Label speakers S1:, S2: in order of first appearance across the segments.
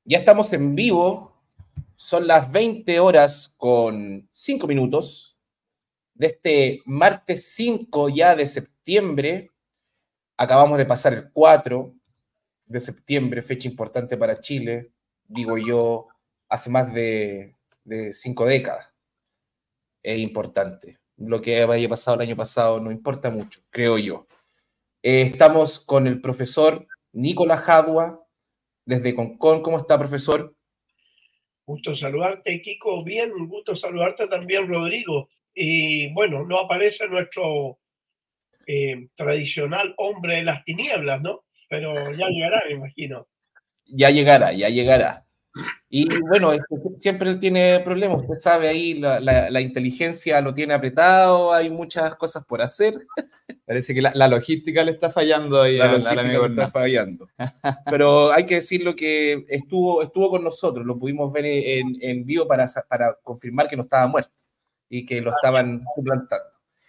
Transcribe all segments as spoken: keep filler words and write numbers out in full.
S1: Ya estamos en vivo, son las veinte horas con cinco minutos de este martes cinco ya de septiembre. Acabamos de pasar el cuatro de septiembre, fecha importante para Chile, digo yo, hace más de, de cinco décadas. Es importante. Lo que haya pasado el año pasado no importa mucho, creo yo. Eh, estamos con el profesor Nicolás Jadua, desde Concón. ¿Cómo está, profesor?
S2: Gusto saludarte, Kiko. Bien, un gusto saludarte también, Rodrigo. Y bueno, no aparece nuestro eh, tradicional hombre de las tinieblas, ¿no? Pero ya llegará, me imagino.
S1: Ya llegará, ya llegará. Y bueno, siempre él tiene problemas, usted sabe ahí, la, la, la inteligencia lo tiene apretado, hay muchas cosas por hacer.
S3: Parece que la, la logística le está fallando ahí
S1: La
S3: al,
S1: logística
S3: al amigo
S1: le está fallando. Pero hay que decirlo que estuvo, estuvo con nosotros, lo pudimos ver en, en vivo para, para confirmar que no estaba muerto y que lo estaban suplantando.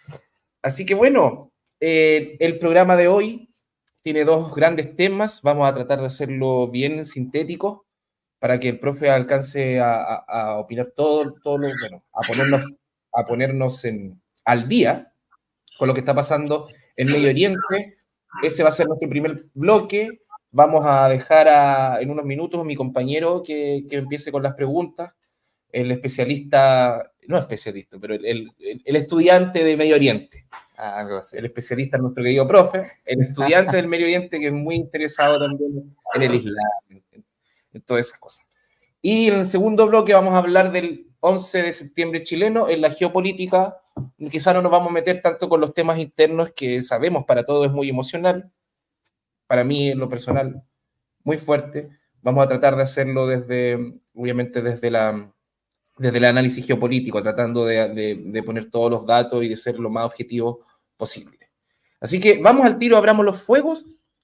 S1: Así que bueno, eh, el programa de hoy tiene dos grandes temas, vamos a tratar de hacerlo bien sintético para que el profe alcance a, a, a opinar todo, todo lo, bueno, a ponernos, a ponernos en, al día con lo que está pasando en Medio Oriente. Ese va a ser nuestro primer bloque. Vamos a dejar a, en unos minutos a mi compañero que, que empiece con las preguntas. El especialista, no especialista, pero el, el, el estudiante de Medio Oriente.
S3: Algo así.
S1: El especialista es nuestro querido profe, el estudiante del Medio Oriente que es muy interesado también en el Islam, en, en todas esas cosas. Y en el segundo bloque vamos a hablar del once de septiembre chileno, en la geopolítica. Quizá no nos vamos a meter tanto con los temas internos que sabemos para todos es muy emocional. Para mí, en lo personal, muy fuerte. Vamos a tratar de hacerlo desde, obviamente, desde, la, desde el análisis geopolítico, tratando de, de, de poner todos los datos y de ser lo más objetivo posible. Así que vamos al tiro, abramos los fuegos.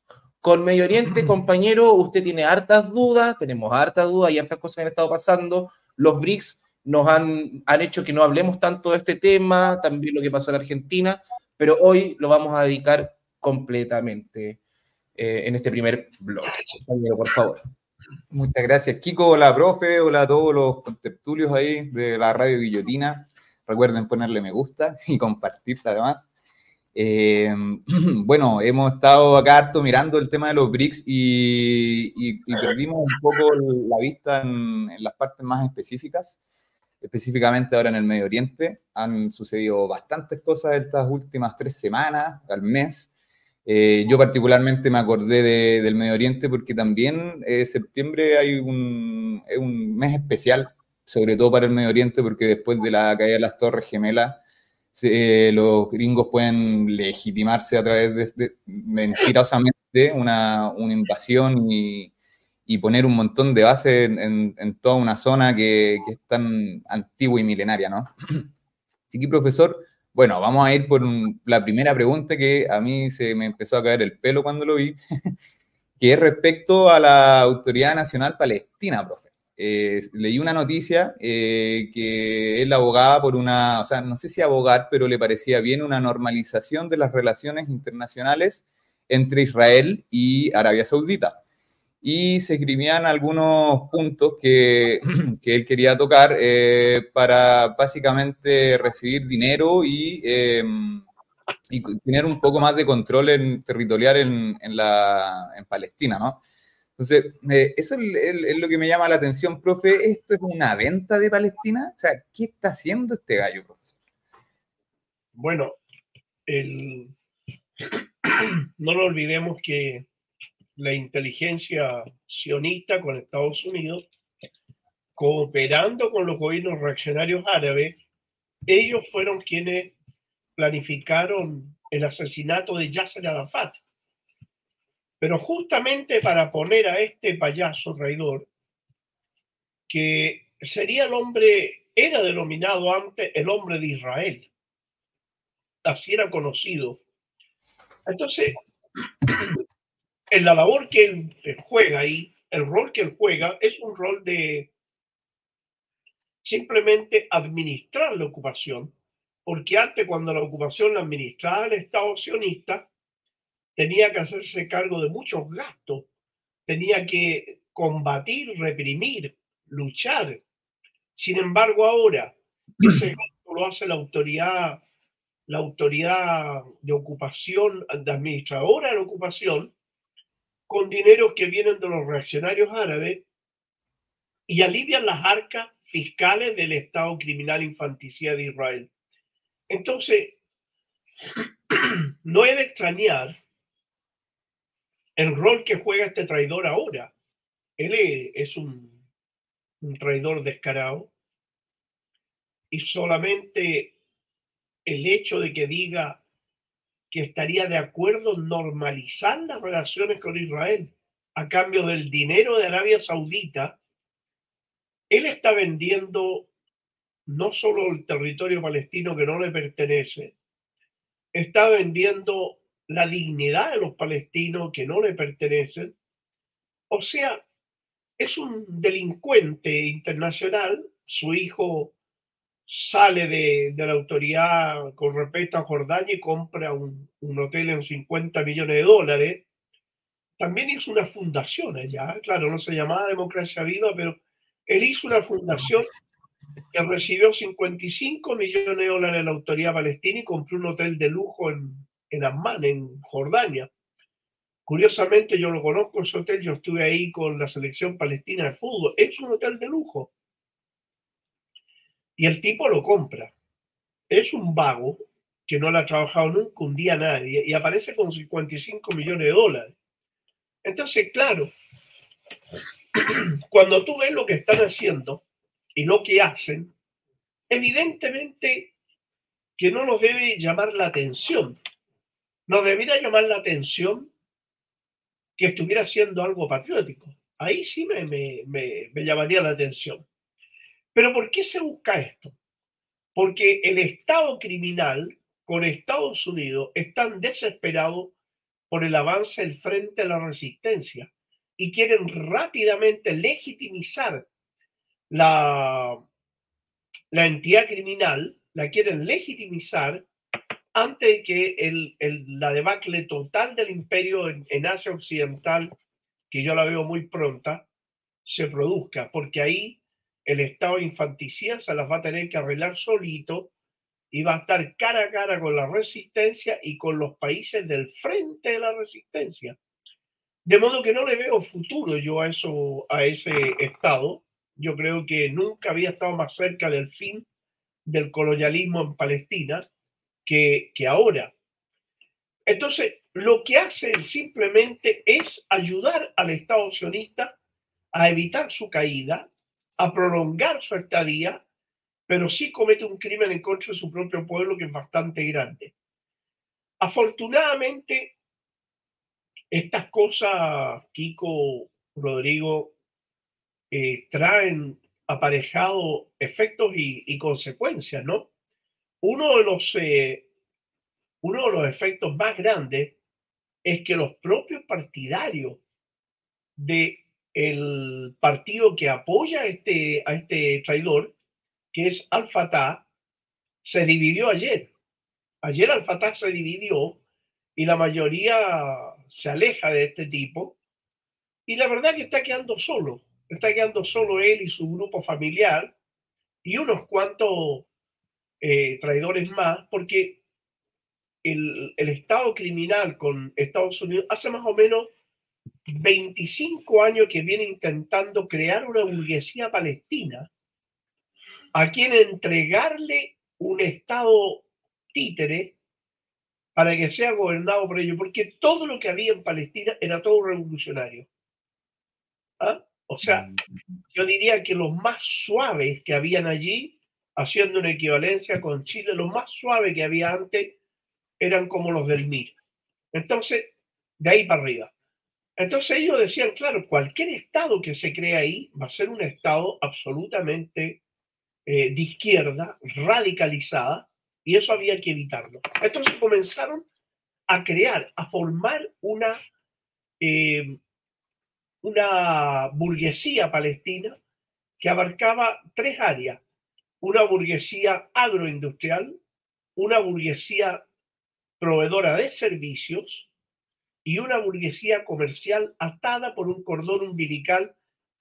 S1: Con Medio Oriente, compañero, usted tiene hartas dudas, tenemos hartas dudas y hartas cosas que han estado pasando. Los B R I C S nos han, han hecho que no hablemos tanto de este tema, también lo que pasó en Argentina, pero hoy lo vamos a dedicar completamente eh, en este primer bloque. Compañero, por favor.
S3: Muchas gracias, Kiko. Hola, profe. Hola a todos los contertulios ahí de la Radio Guillotina. Recuerden ponerle me gusta y compartirla además. Eh, bueno, hemos estado acá harto mirando el tema de los B R I C S y, y, y perdimos un poco la vista en, en las partes más específicas, específicamente ahora en el Medio Oriente. Han sucedido bastantes cosas estas últimas tres semanas, al mes. Eh, yo particularmente me acordé de, del Medio Oriente porque también eh, septiembre hay un, es un mes especial, sobre todo para el Medio Oriente, porque después de la caída de las Torres Gemelas, Eh, los gringos pueden legitimarse a través de, de mentirosamente una, una invasión y, y poner un montón de bases en, en, en toda una zona que, que es tan antigua y milenaria, ¿no? Así que, profesor, bueno, vamos a ir por un, la primera pregunta que a mí se me empezó a caer el pelo cuando lo vi, que es respecto a la Autoridad Nacional Palestina, profe. Eh, leí una noticia eh, que él abogaba por una, o sea, no sé si abogar, pero le parecía bien una normalización de las relaciones internacionales entre Israel y Arabia Saudita. Y se escribían algunos puntos que, que él quería tocar eh, para básicamente recibir dinero y, eh, y tener un poco más de control en, territorial en, en, la, en Palestina, ¿no? Entonces, eh, eso es, es, es lo que me llama la atención, profe. ¿Esto es una venta de Palestina? O sea, ¿qué está haciendo este gallo, profesor?
S2: Bueno, el... no nos olvidemos que la inteligencia sionista con Estados Unidos, cooperando con los gobiernos reaccionarios árabes, ellos fueron quienes planificaron el asesinato de Yasser Arafat. Pero justamente para poner a este payaso traidor, que sería el hombre, era denominado antes el hombre de Israel, así era conocido. Entonces, en la labor que él juega ahí, el rol que él juega es un rol de simplemente administrar la ocupación, porque antes, cuando la ocupación la administraba el Estado sionista, tenía que hacerse cargo de muchos gastos, tenía que combatir, reprimir, luchar. Sin embargo, ahora ese gasto lo hace la autoridad, la autoridad de ocupación, de administradora de la ocupación, con dineros que vienen de los reaccionarios árabes y alivian las arcas fiscales del Estado criminal infanticida de Israel. Entonces, no es de extrañar el rol que juega este traidor ahora. Él es un, un traidor descarado y solamente el hecho de que diga que estaría de acuerdo en normalizar las relaciones con Israel a cambio del dinero de Arabia Saudita, él está vendiendo no solo el territorio palestino que no le pertenece, está vendiendo la dignidad de los palestinos que no le pertenecen. O sea, es un delincuente internacional. Su hijo sale de, de la autoridad con respecto a Jordania y compra un, un hotel en cincuenta millones de dólares. También hizo una fundación allá, claro, no se llamaba Democracia Viva, pero él hizo una fundación que recibió cincuenta y cinco millones de dólares de la autoridad palestina y compró un hotel de lujo en, en Amman, en Jordania. Curiosamente, yo lo conozco ese hotel, yo estuve ahí con la selección palestina de fútbol. Es un hotel de lujo. Y el tipo lo compra. Es un vago que no le ha trabajado nunca un día a nadie y aparece con cincuenta y cinco millones de dólares. Entonces, claro, cuando tú ves lo que están haciendo y lo que hacen, evidentemente que no nos debe llamar la atención. Nos debería llamar la atención que estuviera haciendo algo patriótico. Ahí sí me, me, me, me llamaría la atención. Pero ¿por qué se busca esto? Porque el Estado criminal con Estados Unidos están desesperados por el avance del Frente a la Resistencia y quieren rápidamente legitimizar la, la entidad criminal, la quieren legitimizar antes de que el, el, la debacle total del imperio en, en Asia Occidental, que yo la veo muy pronta, se produzca, porque ahí el Estado infanticida se las va a tener que arreglar solito y va a estar cara a cara con la resistencia y con los países del frente de la resistencia. De modo que no le veo futuro yo a, eso, a ese Estado. Yo creo que nunca había estado más cerca del fin del colonialismo en Palestina que, que ahora. Entonces, lo que hace él simplemente es ayudar al Estado sionista a evitar su caída, a prolongar su estadía, pero sí comete un crimen en contra de su propio pueblo que es bastante grande. Afortunadamente, estas cosas, Kiko, Rodrigo, eh, traen aparejado efectos y, y consecuencias, ¿no? Uno de los, eh, uno de los efectos más grandes es que los propios partidarios del partido que apoya a este, a este traidor, que es Al-Fatah, se dividió ayer. Ayer Al-Fatah se dividió y la mayoría se aleja de este tipo. Y la verdad que está quedando solo. Está quedando solo él y su grupo familiar y unos cuantos eh, traidores más, porque el, el Estado criminal con Estados Unidos hace más o menos veinticinco años que viene intentando crear una burguesía palestina a quien entregarle un Estado títere para que sea gobernado por ellos, porque todo lo que había en Palestina era todo revolucionario. ¿Ah? O sea, yo diría que los más suaves que habían allí, haciendo una equivalencia con Chile, los más suaves que había antes eran como los del M I R. Entonces, de ahí para arriba. Entonces ellos decían, claro, cualquier Estado que se crea ahí va a ser un Estado absolutamente eh, de izquierda, radicalizada, y eso había que evitarlo. Entonces comenzaron a crear, a formar una, eh, una burguesía palestina que abarcaba tres áreas. Una burguesía agroindustrial, una burguesía proveedora de servicios y una burguesía comercial atada por un cordón umbilical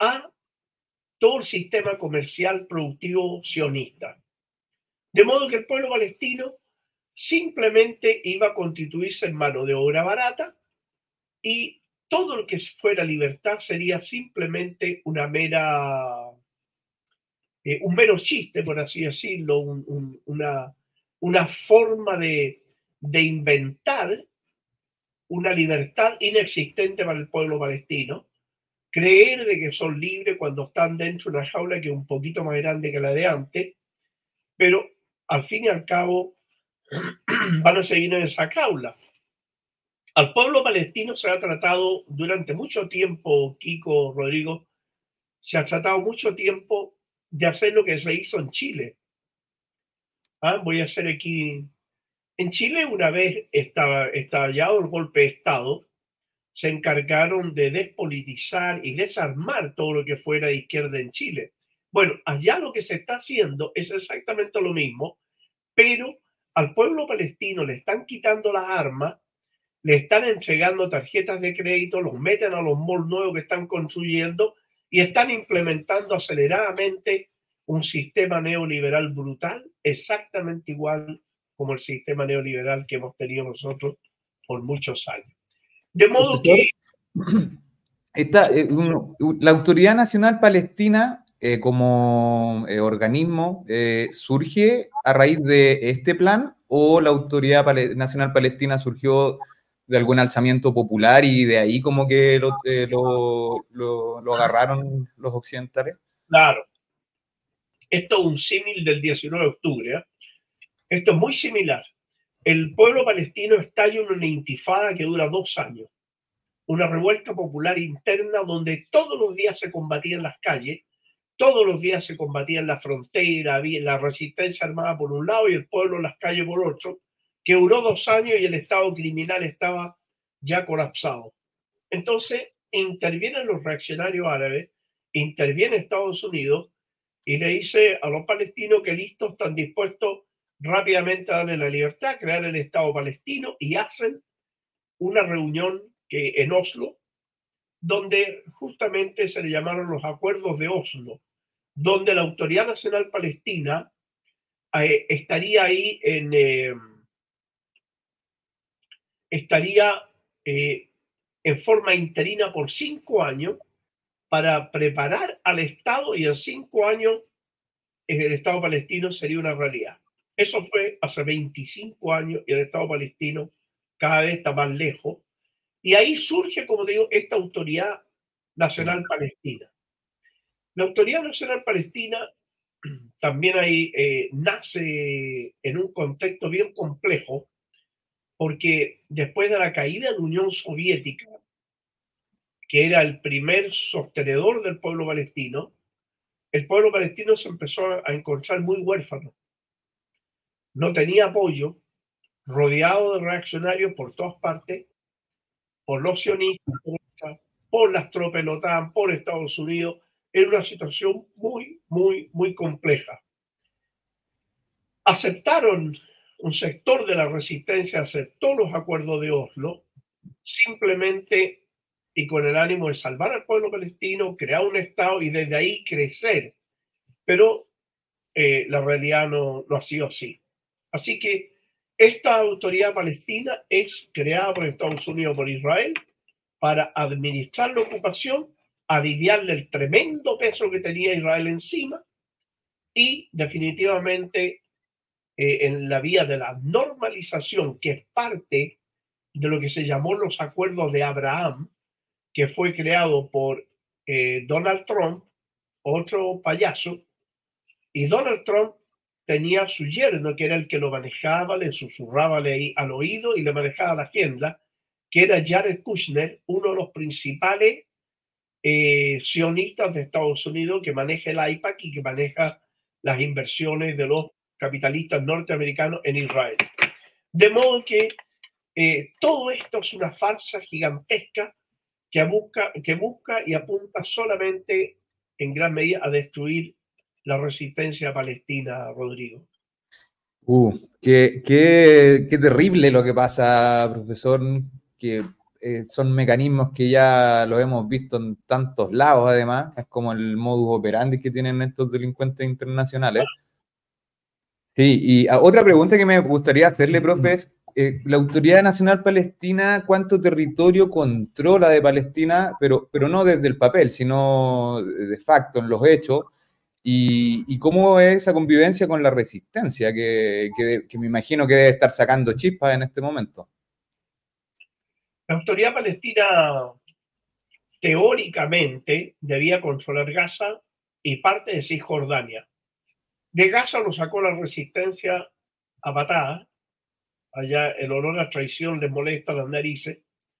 S2: a todo el sistema comercial productivo sionista. De modo que el pueblo palestino simplemente iba a constituirse en mano de obra barata y todo lo que fuera libertad sería simplemente una mera, eh, un mero chiste, por así decirlo, un, un, una, una forma de, de inventar una libertad inexistente para el pueblo palestino, creer de que son libres cuando están dentro de una jaula que es un poquito más grande que la de antes, pero al fin y al cabo van a seguir en esa jaula. Al pueblo palestino se ha tratado durante mucho tiempo, Kiko, Rodrigo, se ha tratado mucho tiempo de hacer lo que se hizo en Chile. ¿Ah? Voy a hacer aquí... En Chile, una vez estaba estallado el golpe de Estado, se encargaron de despolitizar y desarmar todo lo que fuera de izquierda en Chile. Bueno, allá lo que se está haciendo es exactamente lo mismo, pero al pueblo palestino le están quitando las armas, le están entregando tarjetas de crédito, los meten a los malls nuevos que están construyendo y están implementando aceleradamente un sistema neoliberal brutal, exactamente igual como el sistema neoliberal que hemos tenido nosotros por muchos años. De modo que...
S3: Esta, eh, un, la Autoridad Nacional Palestina, eh, como eh, organismo, eh, ¿surge a raíz de este plan o la Autoridad Pal- Nacional Palestina surgió de algún alzamiento popular y de ahí como que lo, eh, lo, lo, lo agarraron los occidentales?
S2: Claro. Esto es un símil del diecinueve de octubre. ¿eh? Esto es muy similar. El pueblo palestino estalla en una intifada que dura dos años. Una revuelta popular interna donde todos los días se combatía en las calles, todos los días se combatía en la frontera, había la resistencia armada por un lado y el pueblo en las calles por otro, que duró dos años y el estado criminal estaba ya colapsado. Entonces intervienen los reaccionarios árabes, interviene Estados Unidos y le dice a los palestinos que listos, están dispuestos rápidamente a darle la libertad, crear el Estado palestino y hacen una reunión que, en Oslo, donde justamente se le llamaron los acuerdos de Oslo, donde la Autoridad Nacional Palestina eh, estaría ahí en... Eh, estaría eh, en forma interina por cinco años para preparar al Estado y en cinco años el Estado palestino sería una realidad. Eso fue hace veinticinco años y el Estado palestino cada vez está más lejos. Y ahí surge, como digo, esta Autoridad Nacional Palestina. La Autoridad Nacional Palestina también ahí eh, nace en un contexto bien complejo, porque después de la caída de la Unión Soviética, que era el primer sostenedor del pueblo palestino, el pueblo palestino se empezó a encontrar muy huérfano. No tenía apoyo, rodeado de reaccionarios por todas partes, por los sionistas, por las tropas de la OTAN, por Estados Unidos. Era una situación muy, muy, muy compleja. Aceptaron, un sector de la resistencia aceptó los acuerdos de Oslo, simplemente y con el ánimo de salvar al pueblo palestino, crear un Estado y desde ahí crecer. Pero eh, la realidad no, no ha sido así. Así que esta autoridad palestina es creada por Estados Unidos, por Israel, para administrar la ocupación, aliviarle el tremendo peso que tenía Israel encima y definitivamente eh, en la vía de la normalización, que es parte de lo que se llamó los acuerdos de Abraham, que fue creado por eh, Donald Trump, otro payaso, y Donald Trump tenía su yerno, que era el que lo manejaba, le susurraba al oído y le manejaba la agenda, que era Jared Kushner, uno de los principales eh, sionistas de Estados Unidos, que maneja el AIPAC y que maneja las inversiones de los capitalistas norteamericanos en Israel. De modo que eh, todo esto es una farsa gigantesca que busca, que busca y apunta solamente en gran medida a destruir la resistencia palestina, Rodrigo.
S3: Uh, qué, qué, qué terrible lo que pasa, profesor, que eh, son mecanismos que ya los hemos visto en tantos lados, además, es como el modus operandi que tienen estos delincuentes internacionales. Sí, y a, otra pregunta que me gustaría hacerle, profe, es, eh, la Autoridad Nacional Palestina, ¿cuánto territorio controla de Palestina, pero, pero no desde el papel, sino de facto, en los hechos? Y, y cómo es esa convivencia con la resistencia, que, que, que me imagino que debe estar sacando chispas en este momento.
S2: La Autoridad Palestina teóricamente debía controlar Gaza y parte de Cisjordania. De Gaza lo sacó la resistencia a patadas. Allá el olor a traición les molesta las narices.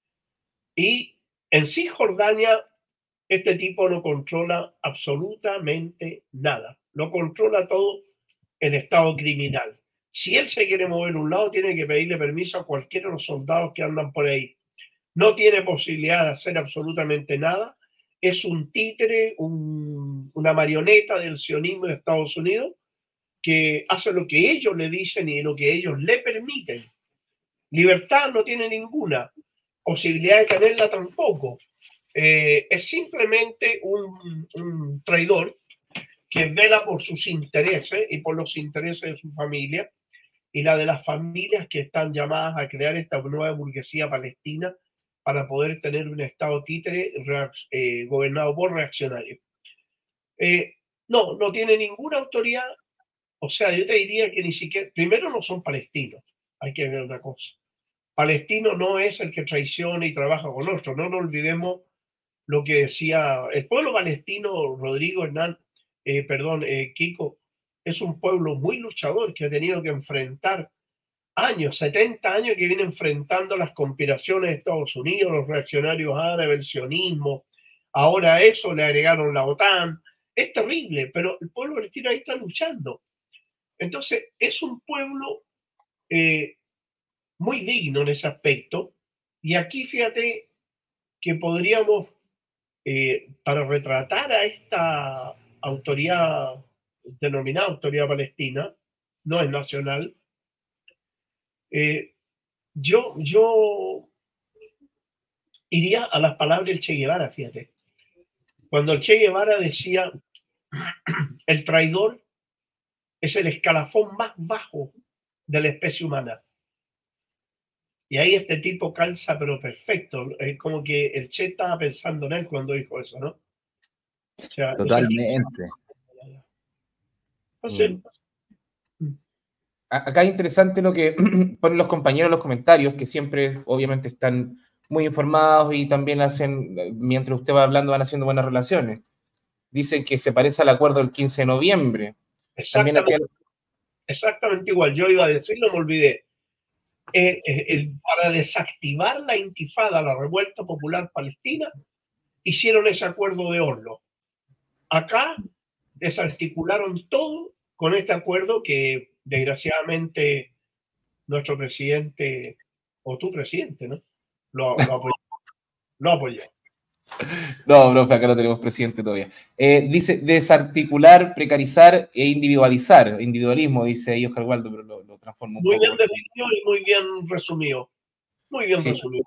S2: Y en Cisjordania este tipo no controla absolutamente nada. Lo controla todo el Estado criminal. Si él se quiere mover a un lado, tiene que pedirle permiso a cualquiera de los soldados que andan por ahí. No tiene posibilidad de hacer absolutamente nada. Es un títere, un, una marioneta del sionismo de Estados Unidos que hace lo que ellos le dicen y lo que ellos le permiten. Libertad no tiene ninguna, posibilidad de tenerla tampoco. Eh, es simplemente un, un traidor que vela por sus intereses y por los intereses de su familia y la de las familias que están llamadas a crear esta nueva burguesía palestina para poder tener un estado títere eh, gobernado por reaccionarios. Eh, no, no tiene ninguna autoridad. O sea, yo te diría que ni siquiera, primero no son palestinos, hay que ver una cosa. Palestino no es el que traiciona y trabaja con otros. No nos olvidemos lo que decía el pueblo palestino, Rodrigo Hernán, eh, perdón, eh, Kiko, es un pueblo muy luchador que ha tenido que enfrentar años, setenta años que viene enfrentando las conspiraciones de Estados Unidos, los reaccionarios árabes, el sionismo. Ahora a eso le agregaron la OTAN. Es terrible, pero el pueblo palestino ahí está luchando. Entonces, es un pueblo eh, muy digno en ese aspecto. Y aquí fíjate que podríamos, eh, para retratar a esta autoridad denominada Autoridad Palestina, no es nacional, eh, yo, yo iría a las palabras del Che Guevara, fíjate. Cuando el Che Guevara decía, el traidor es el escalafón más bajo de la especie humana. Y ahí este tipo calza, pero perfecto. Es como que el Che estaba pensando en él cuando dijo eso, ¿no?
S3: O sea, totalmente.
S2: Entonces,
S1: mm. Acá es interesante lo que ponen los compañeros en los comentarios, que siempre obviamente están muy informados y también hacen, mientras usted va hablando, van haciendo buenas relaciones. Dicen que se parece al acuerdo del quince de noviembre.
S2: Exactamente,
S1: también hacían...
S2: exactamente igual. Yo iba a decirlo, me olvidé. Eh, eh, el, para desactivar la intifada, la revuelta popular palestina, hicieron ese acuerdo de Oslo. Acá desarticularon todo con este acuerdo que desgraciadamente nuestro presidente, o tu presidente, ¿no? Lo, lo apoyó. Lo apoyó.
S1: No, profe, acá no tenemos presidente todavía. Eh, dice desarticular, precarizar e individualizar. Individualismo, dice ahí Oscar Waldo, pero lo, lo transforma un
S2: muy
S1: poco.
S2: Muy bien definido y muy bien resumido. Muy bien sí. resumido.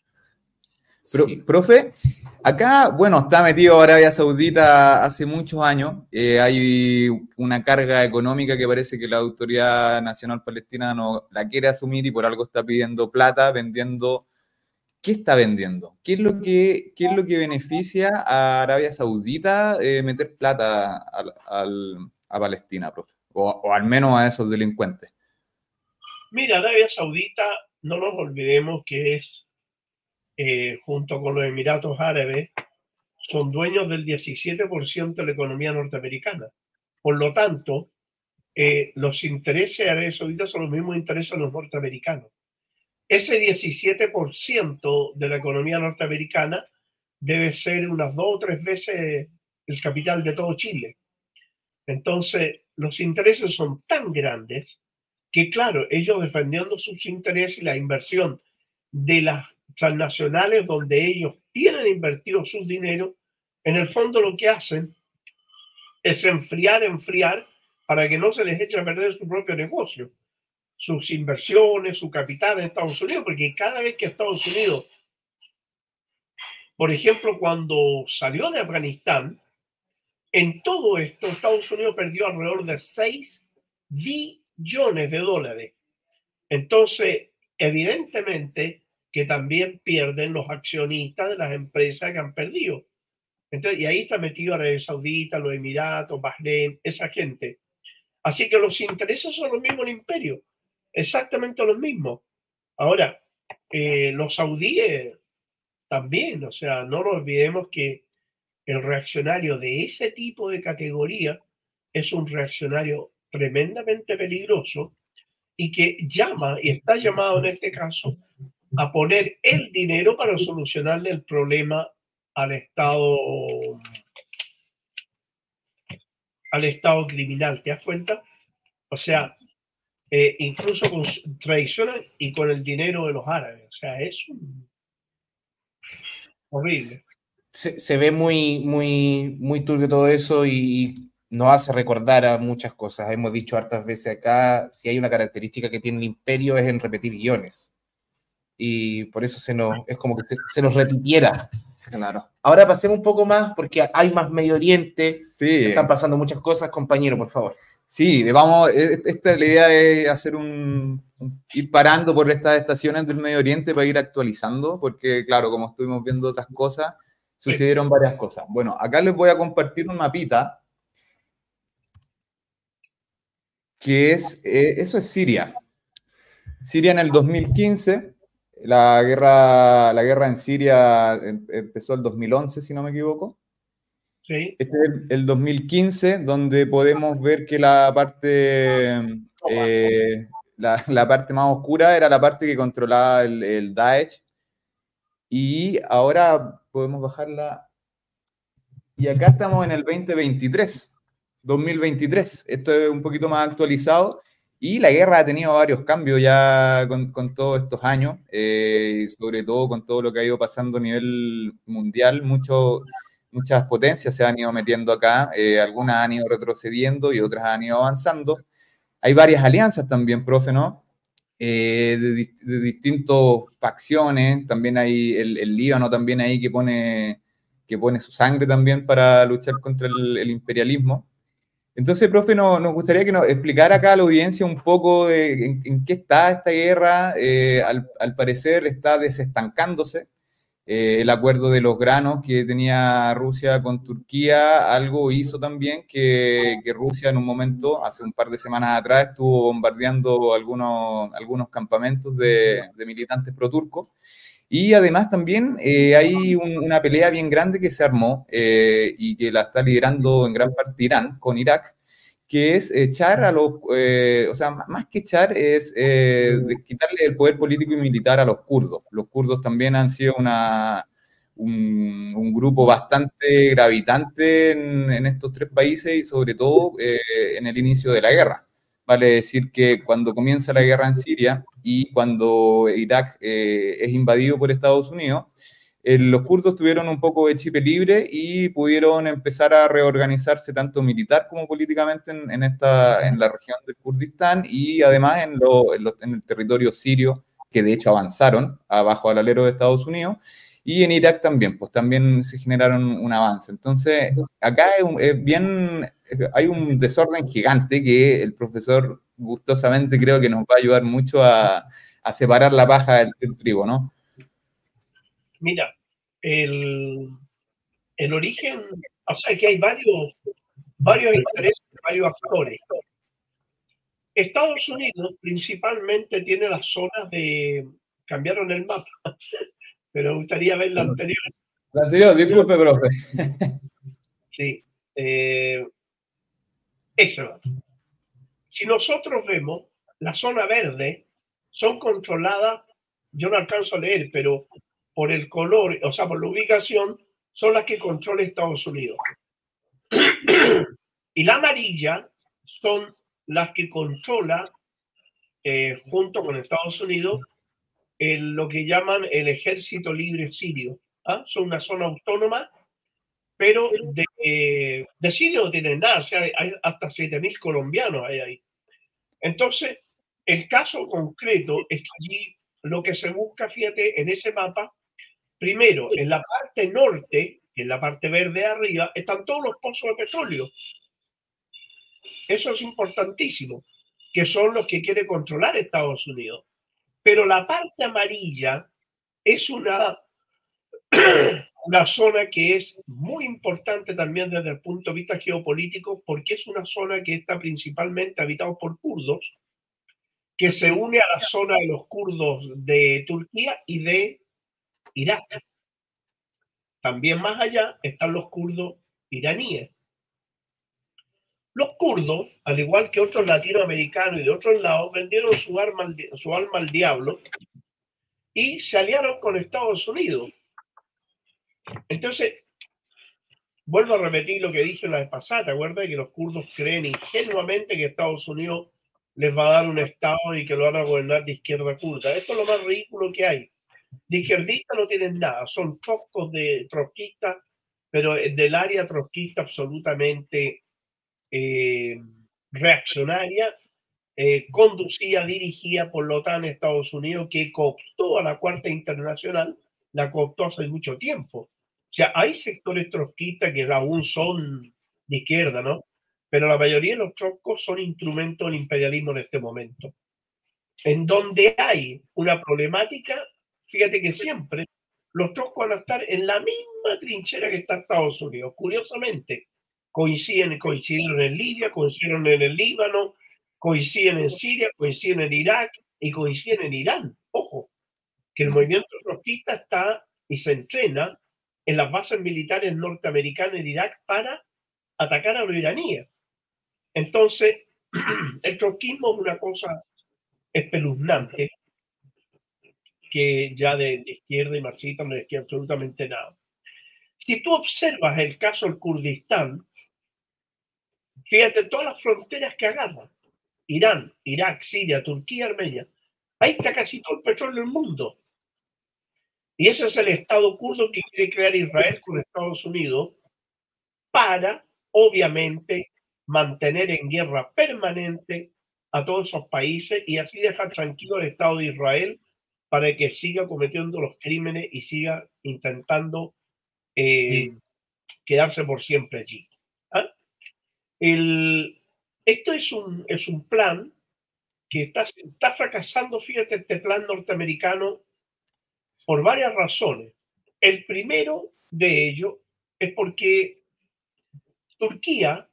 S3: Pero, sí. Profe, acá, bueno, está metido Arabia Saudita hace muchos años. Eh, hay una carga económica que parece que la Autoridad Nacional Palestina no la quiere asumir y por algo está pidiendo plata, vendiendo. ¿Qué está vendiendo? ¿Qué es lo que, qué es lo que beneficia a Arabia Saudita eh, meter plata al, al, a Palestina, profe? O, o al menos a esos delincuentes.
S2: Mira, Arabia Saudita, no nos olvidemos que es, eh, junto con los Emiratos Árabes, son dueños del diecisiete por ciento de la economía norteamericana. Por lo tanto, eh, los intereses de Arabia Saudita son los mismos intereses de los norteamericanos. Ese diecisiete por ciento de la economía norteamericana debe ser unas dos o tres veces el capital de todo Chile. Entonces, los intereses son tan grandes que, claro, ellos defendiendo sus intereses y la inversión de las transnacionales donde ellos tienen invertido sus dinero, en el fondo lo que hacen es enfriar, enfriar, para que no se les eche a perder su propio negocio, sus inversiones, su capital en Estados Unidos, porque cada vez que Estados Unidos Por ejemplo, cuando salió de Afganistán, en todo esto Estados Unidos perdió alrededor de seis billones de dólares. Entonces, evidentemente que también pierden los accionistas de las empresas que han perdido. Entonces, y ahí está metido Arabia Saudita, los Emiratos, Bahrein, esa gente. Así que los intereses son los mismos en el imperio, exactamente los mismos. Ahora, eh, los saudíes también, o sea, no nos olvidemos que el reaccionario de ese tipo de categoría es un reaccionario tremendamente peligroso y que llama, y está llamado en este caso, a poner el dinero para solucionarle el problema al Estado, al Estado criminal. ¿Te das cuenta? O sea, eh, incluso con traiciones y con el dinero de los árabes. O sea, es un... horrible.
S1: Se, se ve muy, muy, muy turbio todo eso y nos hace recordar a muchas cosas. Hemos dicho hartas veces acá, si hay una característica que tiene el imperio es en repetir guiones. Y por eso se nos, es como que se, se nos repitiera.
S3: Claro.
S1: Ahora pasemos un poco más, porque hay más Medio Oriente,
S3: sí.
S1: Están pasando muchas cosas, compañero, por favor.
S3: Sí, vamos, esta la idea es hacer un, un, ir parando por estas estaciones del Medio Oriente para ir actualizando, porque claro, como estuvimos viendo otras cosas, sucedieron varias cosas. Bueno, acá les voy a compartir un mapita, que es, eh, eso es Siria. Siria en el dos mil quince, la guerra, la guerra en Siria empezó el dos mil once, si no me equivoco.
S2: Sí.
S3: Este es el, el dos mil quince, donde podemos ver que la parte, eh, la, la parte más oscura era la parte que controlaba el, el Daesh. Y ahora podemos bajarla. Y acá estamos en el veinte veintitrés, dos mil veintitrés. Esto es un poquito más actualizado. Y la guerra ha tenido varios cambios ya con, con todos estos años, eh, y sobre todo con todo lo que ha ido pasando a nivel mundial. Mucho, muchas potencias se han ido metiendo acá, eh, algunas han ido retrocediendo y otras han ido avanzando. Hay varias alianzas también, profe, ¿no? Eh, de, de distintas facciones. También hay el, el Líbano también ahí que pone, que pone su sangre también para luchar contra el, el imperialismo. Entonces, profe, no, nos gustaría que nos explicara acá a la audiencia un poco de en, en qué está esta guerra. Eh, al, al parecer está desestancándose. Eh, el acuerdo de los granos que tenía Rusia con Turquía, algo hizo también que, que Rusia en un momento, hace un par de semanas atrás, estuvo bombardeando algunos, algunos campamentos de, de militantes pro-turcos. Y además también eh, hay un, una pelea bien grande que se armó eh, y que la está liderando en gran parte Irán con Irak, que es echar a los, eh, o sea, más que echar es eh, quitarle el poder político y militar a los kurdos. Los kurdos también han sido una, un, un grupo bastante gravitante en, en estos tres países y sobre todo eh, en el inicio de la guerra. Vale decir que cuando comienza la guerra en Siria y cuando Irak eh, es invadido por Estados Unidos, eh, los kurdos tuvieron un poco de chip libre y pudieron empezar a reorganizarse tanto militar como políticamente en, en, esta, en la región del Kurdistán y además en, lo, en, lo, en el territorio sirio, que de hecho avanzaron abajo al alero de Estados Unidos. Y en Irak también, pues también se generaron un avance. Entonces, acá es, un, es bien, hay un desorden gigante que el profesor gustosamente creo que nos va a ayudar mucho a, a separar la paja del, del trigo, ¿no?
S2: Mira, el, el origen, o sea, que hay varios, varios intereses, varios actores. Estados Unidos principalmente tiene las zonas de, cambiaron el mapa, pero me gustaría ver la anterior.
S3: La anterior, disculpe, profe.
S2: Sí, eh, eso. Si nosotros vemos, la zona verde son controladas, yo no alcanzo a leer, pero por el color, o sea, por la ubicación, son las que controla Estados Unidos. Y la amarilla son las que controla, eh, junto con Estados Unidos, el, lo que llaman el Ejército Libre Sirio. ¿Ah? Son una zona autónoma, pero de, eh, de Siria no tienen nada, o sea, hay hasta siete mil colombianos hay ahí. Entonces, el caso concreto es que allí lo que se busca, fíjate, en ese mapa, Primero, en la parte norte, en la parte verde de arriba, están todos los pozos de petróleo. Eso es importantísimo, que son los que quiere controlar Estados Unidos. Pero la parte amarilla es una, una zona que es muy importante también desde el punto de vista geopolítico, porque es una zona que está principalmente habitada por kurdos, que se une a la zona de los kurdos de Turquía y de Irak. También más allá están los kurdos iraníes. Los kurdos, al igual que otros latinoamericanos y de otros lados, vendieron su, arma al, su alma al diablo y se aliaron con Estados Unidos. Entonces, vuelvo a repetir lo que dije la vez pasada. ¿Te acuerdas que los kurdos creen ingenuamente que Estados Unidos les va a dar un Estado y que lo van a gobernar de izquierda kurda? Esto es lo más ridículo que hay. De izquierdistas no tienen nada, son troscos de trotskistas, pero del área trotskista absolutamente eh, reaccionaria, eh, conducida, dirigida por la OTAN, Estados Unidos, que cooptó a la Cuarta Internacional, la cooptó hace mucho tiempo. O sea, hay sectores trotskistas que aún son de izquierda, ¿no? Pero la mayoría de los trotskos son instrumentos del imperialismo en este momento. En donde hay una problemática, fíjate que siempre los trotskos van a estar en la misma trinchera que está Estados Unidos. Curiosamente, coinciden, coincidieron en Libia, coincidieron en el Líbano, coinciden en Siria, coinciden en Irak y coinciden en Irán. Ojo, que el movimiento trotskista está y se entrena en las bases militares norteamericanas en Irak para atacar a los iraníes. Entonces, el trotskismo es una cosa espeluznante que ya de, de izquierda y marxista no es que absolutamente nada. Si tú observas el caso del Kurdistán, fíjate todas las fronteras que agarran: Irán, Irak, Siria, Turquía, Armenia. Ahí está casi todo el petróleo del mundo. Y ese es el Estado kurdo que quiere crear Israel con Estados Unidos para, obviamente, mantener en guerra permanente a todos esos países y así dejar tranquilo el Estado de Israel para que siga cometiendo los crímenes y siga intentando eh, sí. quedarse por siempre allí. ¿Ah? El, esto es un, es un plan que está, está fracasando, fíjate, este plan norteamericano por varias razones. El primero de ellos es porque Turquía,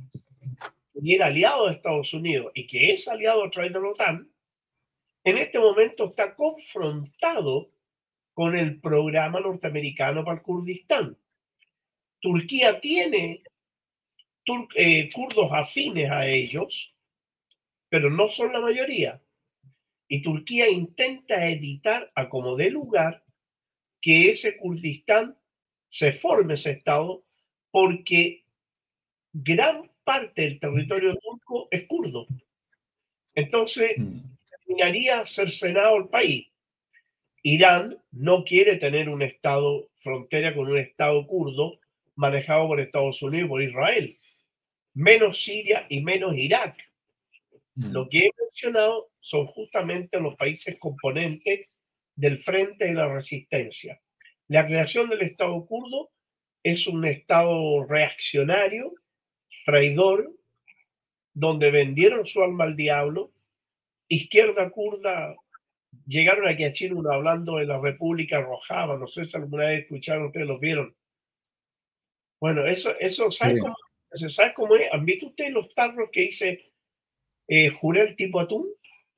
S2: que era aliado de Estados Unidos y que es aliado a través de la OTAN, en este momento está confrontado con el programa norteamericano para el Kurdistán. Turquía tiene tur eh, kurdos afines a ellos, pero no son la mayoría. Y Turquía intenta evitar, a como dé lugar, que ese Kurdistán se forme ese Estado, porque gran parte del territorio turco es kurdo. Entonces, terminaría cercenado el país. Irán no quiere tener un Estado frontera con un Estado kurdo manejado por Estados Unidos y por Israel. Menos Siria y menos Irak. Mm. Lo que he mencionado son justamente los países componentes del Frente de la Resistencia. La creación del Estado kurdo es un Estado reaccionario, traidor, donde vendieron su alma al diablo. Izquierda kurda, llegaron aquí a Chile uno hablando de la República Rojava, no sé si alguna vez escucharon, ustedes los vieron. Bueno, eso, eso ¿sabes, sí. cómo, ¿sabes cómo es? ¿Han visto ustedes los tarros que dice eh, Jurel tipo atún?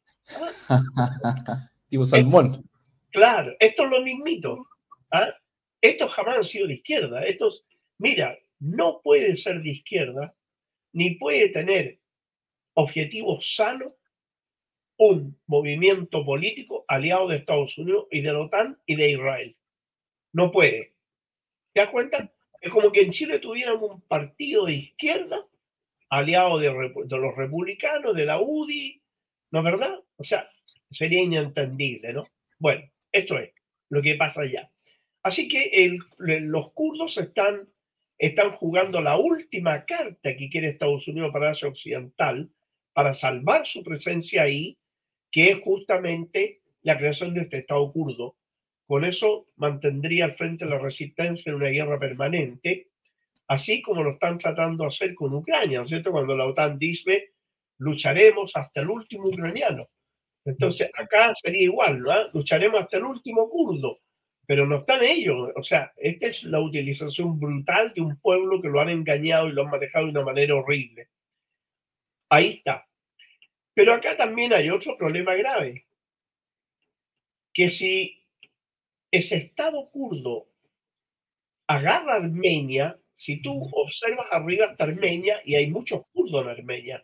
S1: ¿Ah? Tipo salmón.
S2: Esto, claro, esto es lo mismito. ¿Ah? Estos jamás han sido de izquierda. Estos, mira, no puede ser de izquierda, ni puede tener objetivos sanos un movimiento político aliado de Estados Unidos y de la OTAN y de Israel. No puede. ¿Te das cuenta? Es como que en Chile tuviéramos un partido de izquierda aliado de, de los republicanos, de la U D I, ¿no es verdad? O sea, sería inentendible, ¿no? Bueno, esto es lo que pasa allá. Así que el, los kurdos están, están jugando la última carta que quiere Estados Unidos para Asia Occidental para salvar su presencia ahí, que es justamente la creación de este Estado kurdo, Con eso mantendría al frente la resistencia en una guerra permanente, así como lo están tratando de hacer con Ucrania, ¿no es cierto? Cuando la OTAN dice, lucharemos hasta el último ucraniano. Entonces, acá sería igual, ¿no? Lucharemos hasta el último kurdo, pero no están ellos. O sea, esta es la utilización brutal de un pueblo que lo han engañado y lo han manejado de una manera horrible. Ahí está. Pero acá también hay otro problema grave, que si ese Estado kurdo agarra Armenia, si tú observas arriba está Armenia y hay muchos kurdos en Armenia.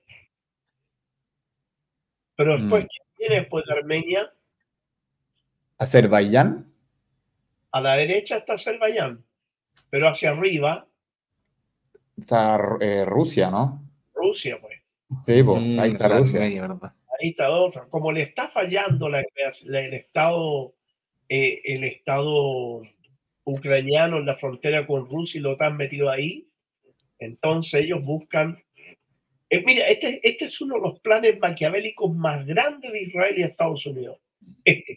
S2: Pero después,
S3: Mm.
S2: ¿quién viene después de Armenia?
S3: ¿Azerbaiyán?
S2: A la derecha está Azerbaiyán, pero hacia arriba,
S3: Está eh, Rusia, ¿no?
S2: Rusia, pues.
S3: Sí, pues,
S1: Mm,
S3: ahí está
S1: la
S3: Rusia.
S1: Armenia, ¿verdad?
S2: Ahí está otra. Como le está fallando la, la- el Estado, eh, el Estado ucraniano en la frontera con Rusia y lo han metido ahí, entonces ellos buscan. Eh, mira, este, este es uno de los planes maquiavélicos más grandes de Israel y Estados Unidos. Este.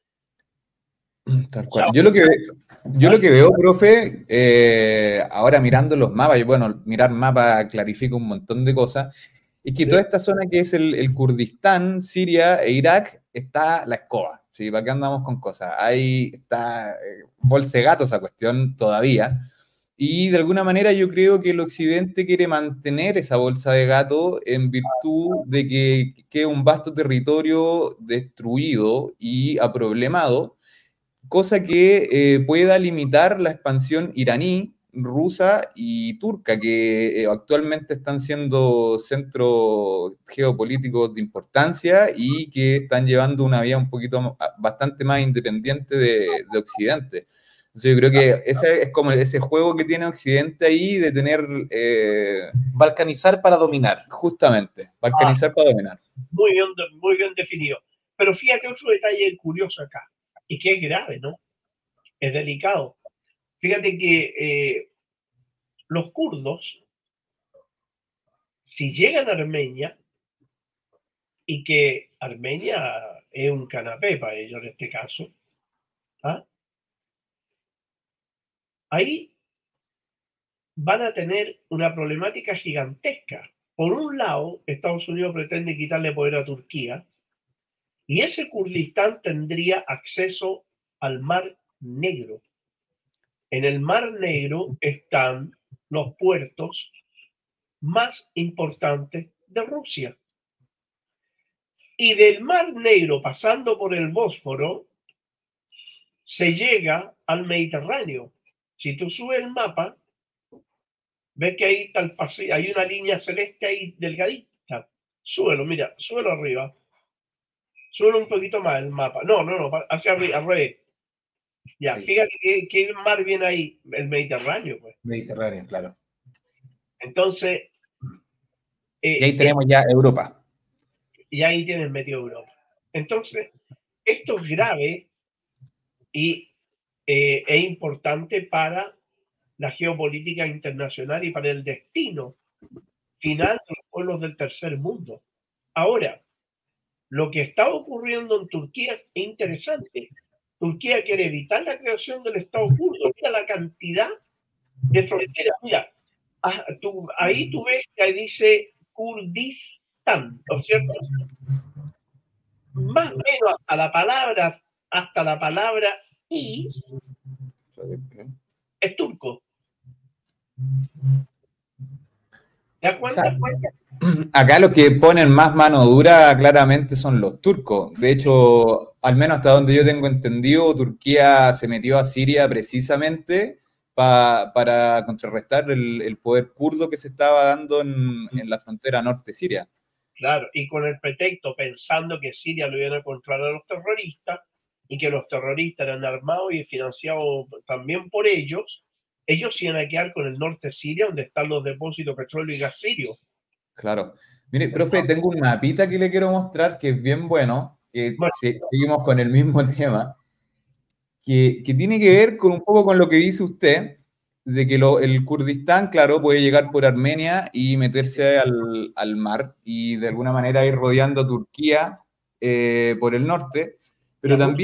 S3: Tal cual. Yo lo que, yo lo que veo, profe, eh, ahora mirando los mapas, y bueno, mirar mapas clarifica un montón de cosas, es que
S2: Sí.
S3: toda esta zona que es el, el Kurdistán, Siria e Irak, está la escoba, ¿sí? ¿Para qué andamos con cosas? Ahí está eh, bolsa de gato esa cuestión todavía, y de alguna manera yo creo que el occidente quiere mantener esa bolsa de gato en virtud de que quede un vasto territorio destruido y aproblemado, cosa que eh, pueda limitar la expansión iraní, rusa y turca, que eh, actualmente están siendo centros geopolíticos de importancia y que están llevando una vida un poquito, bastante más independiente de, de Occidente. Entonces yo creo que ese es como ese juego que tiene Occidente ahí de tener... Eh,
S1: balcanizar para dominar.
S3: Justamente, balcanizar ah, para dominar.
S2: Muy bien, muy bien definido. Pero fíjate otro detalle curioso acá, y que es grave, ¿no? Es delicado. Fíjate que eh, los kurdos, si llegan a Armenia, y que Armenia es un canapé para ellos en este caso, ¿ah? Ahí van a tener una problemática gigantesca. Por un lado, Estados Unidos pretende quitarle poder a Turquía, y ese Kurdistán tendría acceso al Mar Negro. En el Mar Negro están los puertos más importantes de Rusia. Y del Mar Negro, pasando por el Bósforo, se llega al Mediterráneo. Si tú subes el mapa, ves que ahí está el paseo, hay una línea celeste ahí delgadita. Súbelo, mira, súbelo arriba. Súbelo un poquito más el mapa. No, no, no, hacia arriba, al revés. Ya, ahí. Fíjate que, que mar viene ahí, el Mediterráneo, pues.
S1: Mediterráneo, claro.
S2: Entonces.
S1: Eh, y ahí tenemos eh, ya Europa.
S2: Y ahí tienes metido Europa. Entonces, esto es grave y eh, es importante para la geopolítica internacional y para el destino final de los pueblos del tercer mundo. Ahora, lo que está ocurriendo en Turquía es interesante. Turquía quiere evitar la creación del Estado kurdo. Mira la cantidad de fronteras. Mira, tú, ahí tú ves que dice Kurdistán, ¿no es cierto? Más o menos hasta la palabra, hasta la palabra y es turco. ¿Te das cuenta?
S3: O sea, acá los que ponen más mano dura claramente son los turcos. De hecho, al menos hasta donde yo tengo entendido, Turquía se metió a Siria precisamente pa, para contrarrestar el, el poder kurdo que se estaba dando en, en la frontera norte de Siria.
S2: Claro, y con el pretexto pensando que Siria lo iban a controlar a los terroristas y que los terroristas eran armados y financiados también por ellos, ellos iban a quedar con el norte de Siria, donde están los depósitos de petróleo y gas sirio.
S3: Claro. Mire, profe, tengo un mapita que le quiero mostrar que es bien bueno, que bueno. Si, seguimos con el mismo tema, que, que tiene que ver con un poco con lo que dice usted, de que lo, el Kurdistán, claro, puede llegar por Armenia y meterse al, al mar y de alguna manera ir rodeando a Turquía eh, por el norte, pero también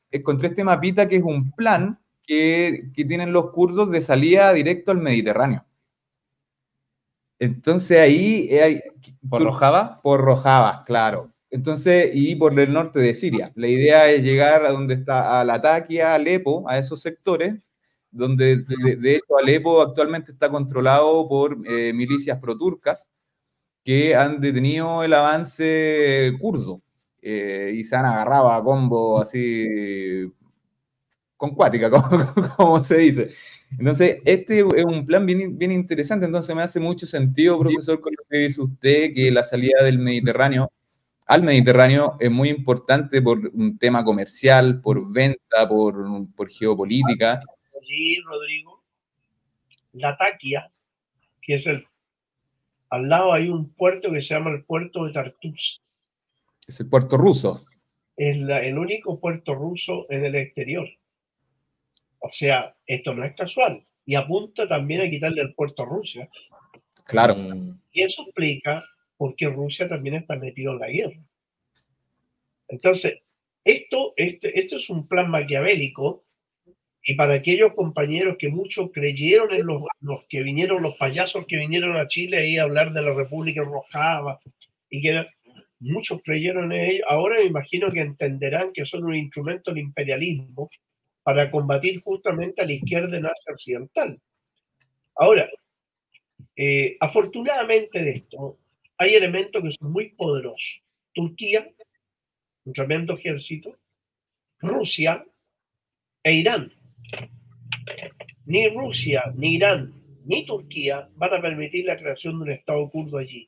S3: encontré este mapita que es un plan que, que tienen los kurdos de salida directo al Mediterráneo. Entonces ahí... Hay,
S1: ¿Por Rojava?
S3: Por Rojava, claro. Entonces, y por el norte de Siria. La idea es llegar a donde está, a Latakia, a Alepo, a esos sectores, donde de, de hecho Alepo actualmente está controlado por eh, milicias proturcas que han detenido el avance kurdo eh, y se han agarrado a combo así con cuática, como, como se dice. Entonces, este es un plan bien, bien interesante, entonces me hace mucho sentido, profesor, con lo que dice usted, que la salida del Mediterráneo al Mediterráneo es muy importante por un tema comercial, por venta, por, por geopolítica.
S2: Allí, Rodrigo, Latakia, que es el... Al lado hay un puerto que se llama el puerto de Tartus.
S3: Es el puerto ruso.
S2: Es la, el único puerto ruso en el exterior. O sea, esto no es casual. Y apunta también a quitarle el puerto a Rusia.
S3: Claro.
S2: Y eso explica por qué Rusia también está metido en la guerra. Entonces, esto, este, esto es un plan maquiavélico. Y para aquellos compañeros que muchos creyeron en los, los que vinieron, los payasos que vinieron a Chile ahí a hablar de la República Rojava, y que era, muchos creyeron en ellos, ahora me imagino que entenderán que son un instrumento del imperialismo para combatir justamente a la izquierda en Asia Occidental. Ahora, eh, afortunadamente de esto, hay elementos que son muy poderosos. Turquía, un tremendo ejército, Rusia e Irán. Ni Rusia, ni Irán, ni Turquía van a permitir la creación de un Estado kurdo allí.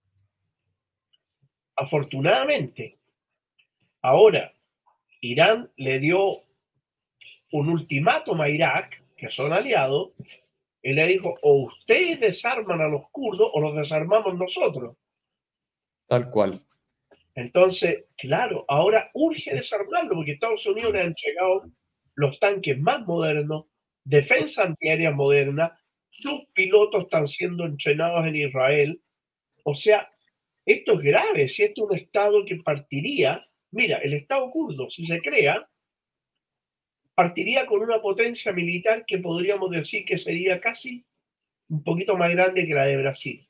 S2: Afortunadamente, ahora Irán le dio un ultimátum a Irak, que son aliados, y le dijo, o ustedes desarman a los kurdos o los desarmamos nosotros.
S3: Tal cual.
S2: Entonces, claro, ahora urge desarmarlo, porque Estados Unidos le ha entregado los tanques más modernos, defensa antiaérea moderna, sus pilotos están siendo entrenados en Israel. O sea, esto es grave. Si esto es un Estado que partiría, mira, el Estado kurdo, si se crea, partiría con una potencia militar que podríamos decir que sería casi un poquito más grande que la de Brasil.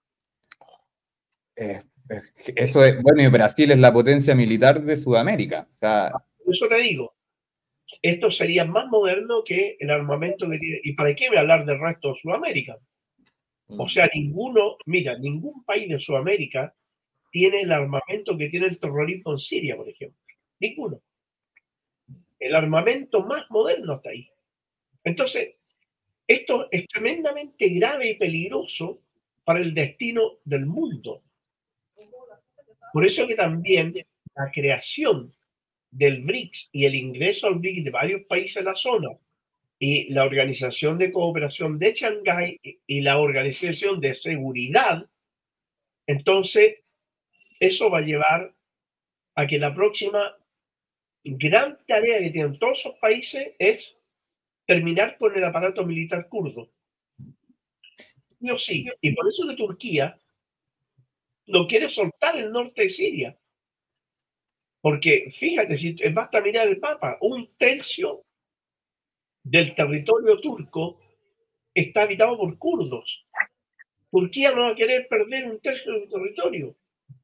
S3: Eh, eso es, bueno, y Brasil es la potencia militar de Sudamérica. O sea,
S2: por eso te digo, esto sería más moderno que el armamento que tiene. ¿Y para qué voy a hablar del resto de Sudamérica? O sea, ninguno, mira, ningún país de Sudamérica tiene el armamento que tiene el terrorismo en Siria, por ejemplo. Ninguno. El armamento más moderno está ahí. Entonces, esto es tremendamente grave y peligroso para el destino del mundo. Por eso que también la creación del BRICS y el ingreso al BRICS de varios países de la zona y la Organización de Cooperación de Shanghái y la Organización de Seguridad, entonces eso va a llevar a que la próxima gran tarea que tienen todos esos países es terminar con el aparato militar kurdo. Sí o sí. Y por eso que Turquía no quiere soltar el norte de Siria. Porque fíjate, si basta mirar el mapa, un tercio del territorio turco está habitado por kurdos. Turquía no va a querer perder un tercio de su territorio.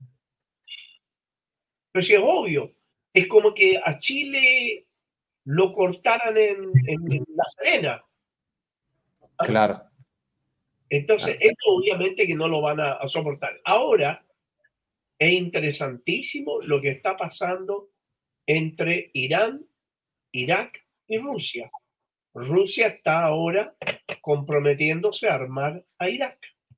S2: Pero si es obvio, es como que a Chile lo cortaran en, en La Serena. ¿Ah?
S3: Claro.
S2: Entonces, claro, esto obviamente que no lo van a, a soportar. Ahora, es interesantísimo lo que está pasando entre Irán, Irak y Rusia. Rusia está ahora comprometiéndose a armar a Irak.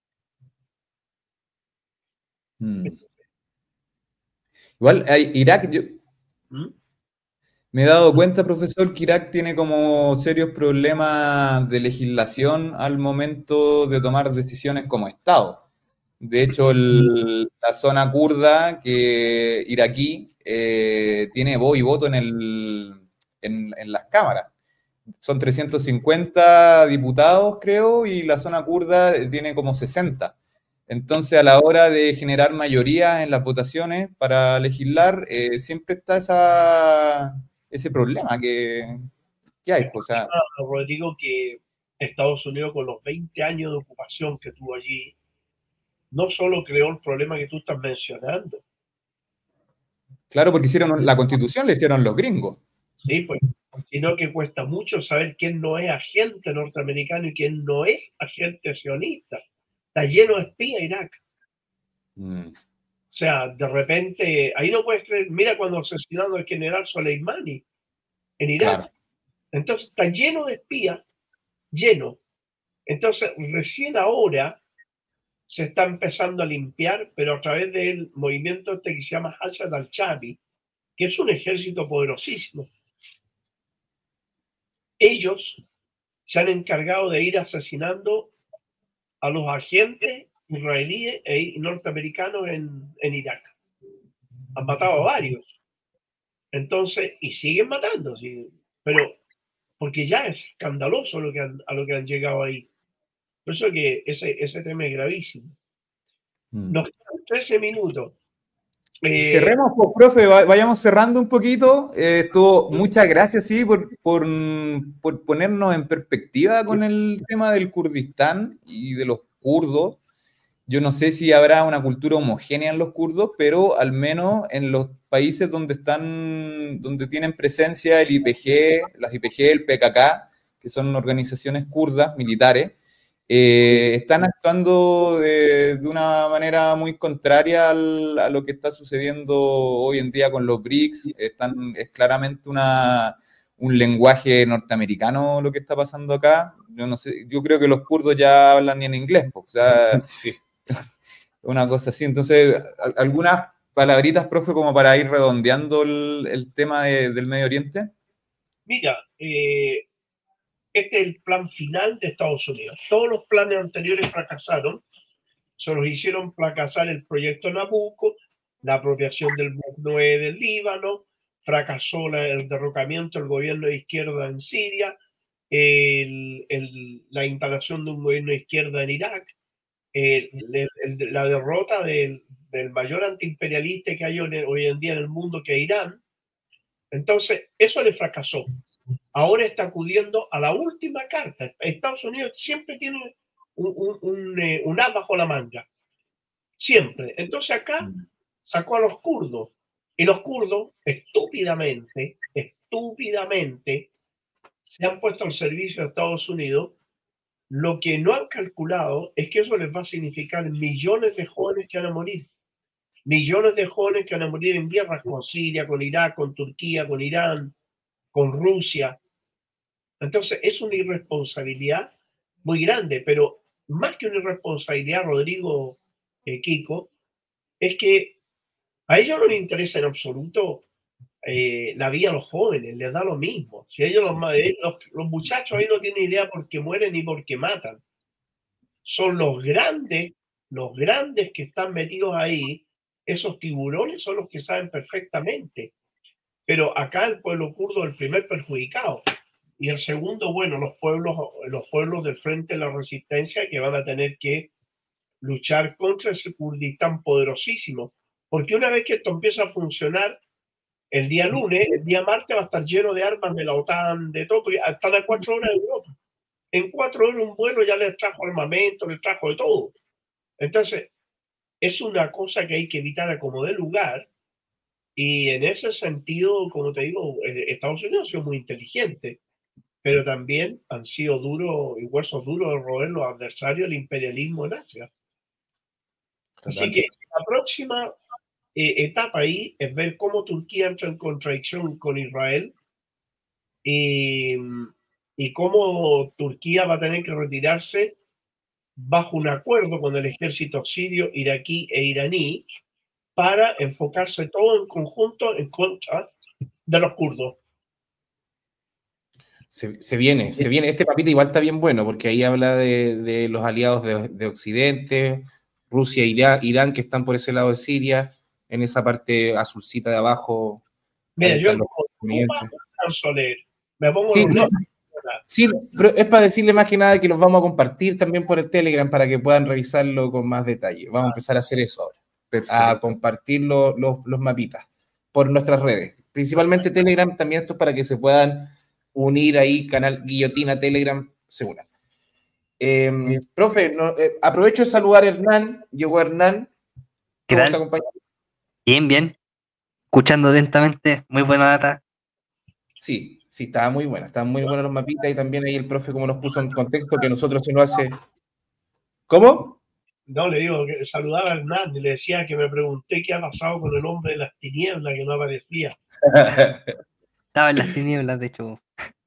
S3: Hmm. Igual, hay, Irak, yo ¿Mm? me he dado cuenta, profesor, que Irak tiene como serios problemas de legislación al momento de tomar decisiones como Estado. De hecho, el, la zona kurda que iraquí eh, tiene voz y voto en, el, en, en las cámaras. Son trescientos cincuenta diputados, creo, y la zona kurda tiene como sesenta. Entonces, a la hora de generar mayoría en las votaciones para legislar, eh, siempre está esa, ese problema que, que hay. O sea,
S2: Rodrigo, que Estados Unidos, con los veinte años de ocupación que tuvo allí, no solo creó el problema que tú estás mencionando.
S3: Claro, porque hicieron la Constitución, la hicieron los gringos.
S2: Sí, pues, sino que cuesta mucho saber quién no es agente norteamericano y quién no es agente sionista. Está lleno de espías Irak. Mm. O sea, de repente, ahí no puedes creer, mira cuando asesinaron al general Soleimani en Irak. Claro. Entonces, está lleno de espías, lleno. Entonces, recién ahora se está empezando a limpiar, pero a través del movimiento este que se llama Hashad al-Shaabi, que es un ejército poderosísimo. Ellos se han encargado de ir asesinando a los agentes israelíes e norteamericanos en, en Irak. Han matado a varios. Entonces, y siguen matando, ¿sí? Pero porque ya es escandaloso lo que han, a lo que han llegado ahí. Por eso que ese, ese tema es gravísimo. Mm. Nos quedan trece minutos.
S3: Eh, Cerremos, pues, profe, vayamos cerrando un poquito. Eh, estuvo, muchas gracias, sí, por, por, por ponernos en perspectiva con el tema del Kurdistán y de los kurdos. Yo no sé si habrá una cultura homogénea en los kurdos, pero al menos en los países donde están, donde tienen presencia el I P G, las I P G, el P K K, que son organizaciones kurdas militares, eh, están actuando de, de una manera muy contraria al, a lo que está sucediendo hoy en día con los B R I C S. Están, es claramente una, un lenguaje norteamericano lo que está pasando acá. Yo no sé, yo creo que los kurdos ya hablan ni en inglés, o sea, sí. Una cosa así. Entonces, algunas palabritas, profe, como para ir redondeando el, el tema de, del Medio Oriente.
S2: Mira, eh, este es el plan final de Estados Unidos. Todos los planes anteriores fracasaron. Se los hicieron fracasar el proyecto Nabucco, la apropiación del Bloc nueve del Líbano, fracasó la, el derrocamiento del gobierno de izquierda en Siria, el, el, la instalación de un gobierno de izquierda en Irak, el, el, el, la derrota del, del mayor antiimperialista que hay hoy en día en el mundo, que es Irán. Entonces, eso le fracasó. Ahora está acudiendo a la última carta. Estados Unidos siempre tiene un, un, un, eh, un as bajo la manga. Siempre. Entonces acá sacó a los kurdos. Y los kurdos, estúpidamente, estúpidamente, se han puesto al servicio de Estados Unidos. Lo que no han calculado es que eso les va a significar millones de jóvenes que van a morir. Millones de jóvenes que van a morir en guerras con Siria, con Irak, con Turquía, con Irán, con Rusia. Entonces es una irresponsabilidad muy grande, pero más que una irresponsabilidad, Rodrigo, eh, Kiko, es que a ellos no les interesa en absoluto eh, la vida a los jóvenes, les da lo mismo. Si ellos los, los, los muchachos ahí no tienen idea por qué mueren ni por qué matan. Son los grandes, los grandes que están metidos ahí, esos tiburones son los que saben perfectamente. Pero acá el pueblo kurdo es el primer perjudicado. Y el segundo, bueno, los pueblos, los pueblos del Frente de la Resistencia, que van a tener que luchar contra ese Kurdistán poderosísimo. Porque una vez que esto empieza a funcionar, el día lunes, el día martes va a estar lleno de armas de la OTAN, de todo, porque están a cuatro horas de Europa. En cuatro horas un vuelo ya les trajo armamento, les trajo de todo. Entonces, es una cosa que hay que evitar a como de lugar. Y en ese sentido, como te digo, Estados Unidos ha sido muy inteligente, pero también han sido duros y huesos duros de roer los adversarios del imperialismo en Asia. Así que la próxima eh, etapa ahí es ver cómo Turquía entra en contradicción con Israel y, y cómo Turquía va a tener que retirarse bajo un acuerdo con el ejército sirio, iraquí e iraní para enfocarse todo en conjunto en contra de los kurdos.
S1: Se, se viene, se viene. Este papita igual está bien bueno, porque ahí habla de, de los aliados de, de Occidente, Rusia e Irán, Irán, que están por ese lado de Siria, en esa parte azulcita de abajo.
S2: Mira, yo no me pongo
S1: sí,
S2: los
S1: no, sí, pero es para decirle más que nada que los vamos a compartir también por el Telegram para que puedan revisarlo con más detalle. Vamos a empezar a hacer eso ahora. Perfecto. A compartir lo, lo, los mapitas por nuestras redes. Principalmente Telegram, también esto es para que se puedan unir ahí, canal Guillotina, Telegram, se unan. Eh, profe, no, eh, aprovecho de saludar a Hernán, llegó Hernán.
S4: ¿Qué
S1: ¿Cómo
S4: tal?
S1: está, compañero?
S4: Bien, bien. Escuchando atentamente, muy buena data.
S1: Sí, sí, estaba muy buena, estaban muy buenos los mapitas y también ahí el profe como nos puso en contexto que nosotros se nos hace... ¿Cómo?
S2: No, le digo que saludaba a Hernán y le decía que me pregunté qué ha pasado con el hombre de las tinieblas que no aparecía.
S4: Estaba en las tinieblas, de hecho.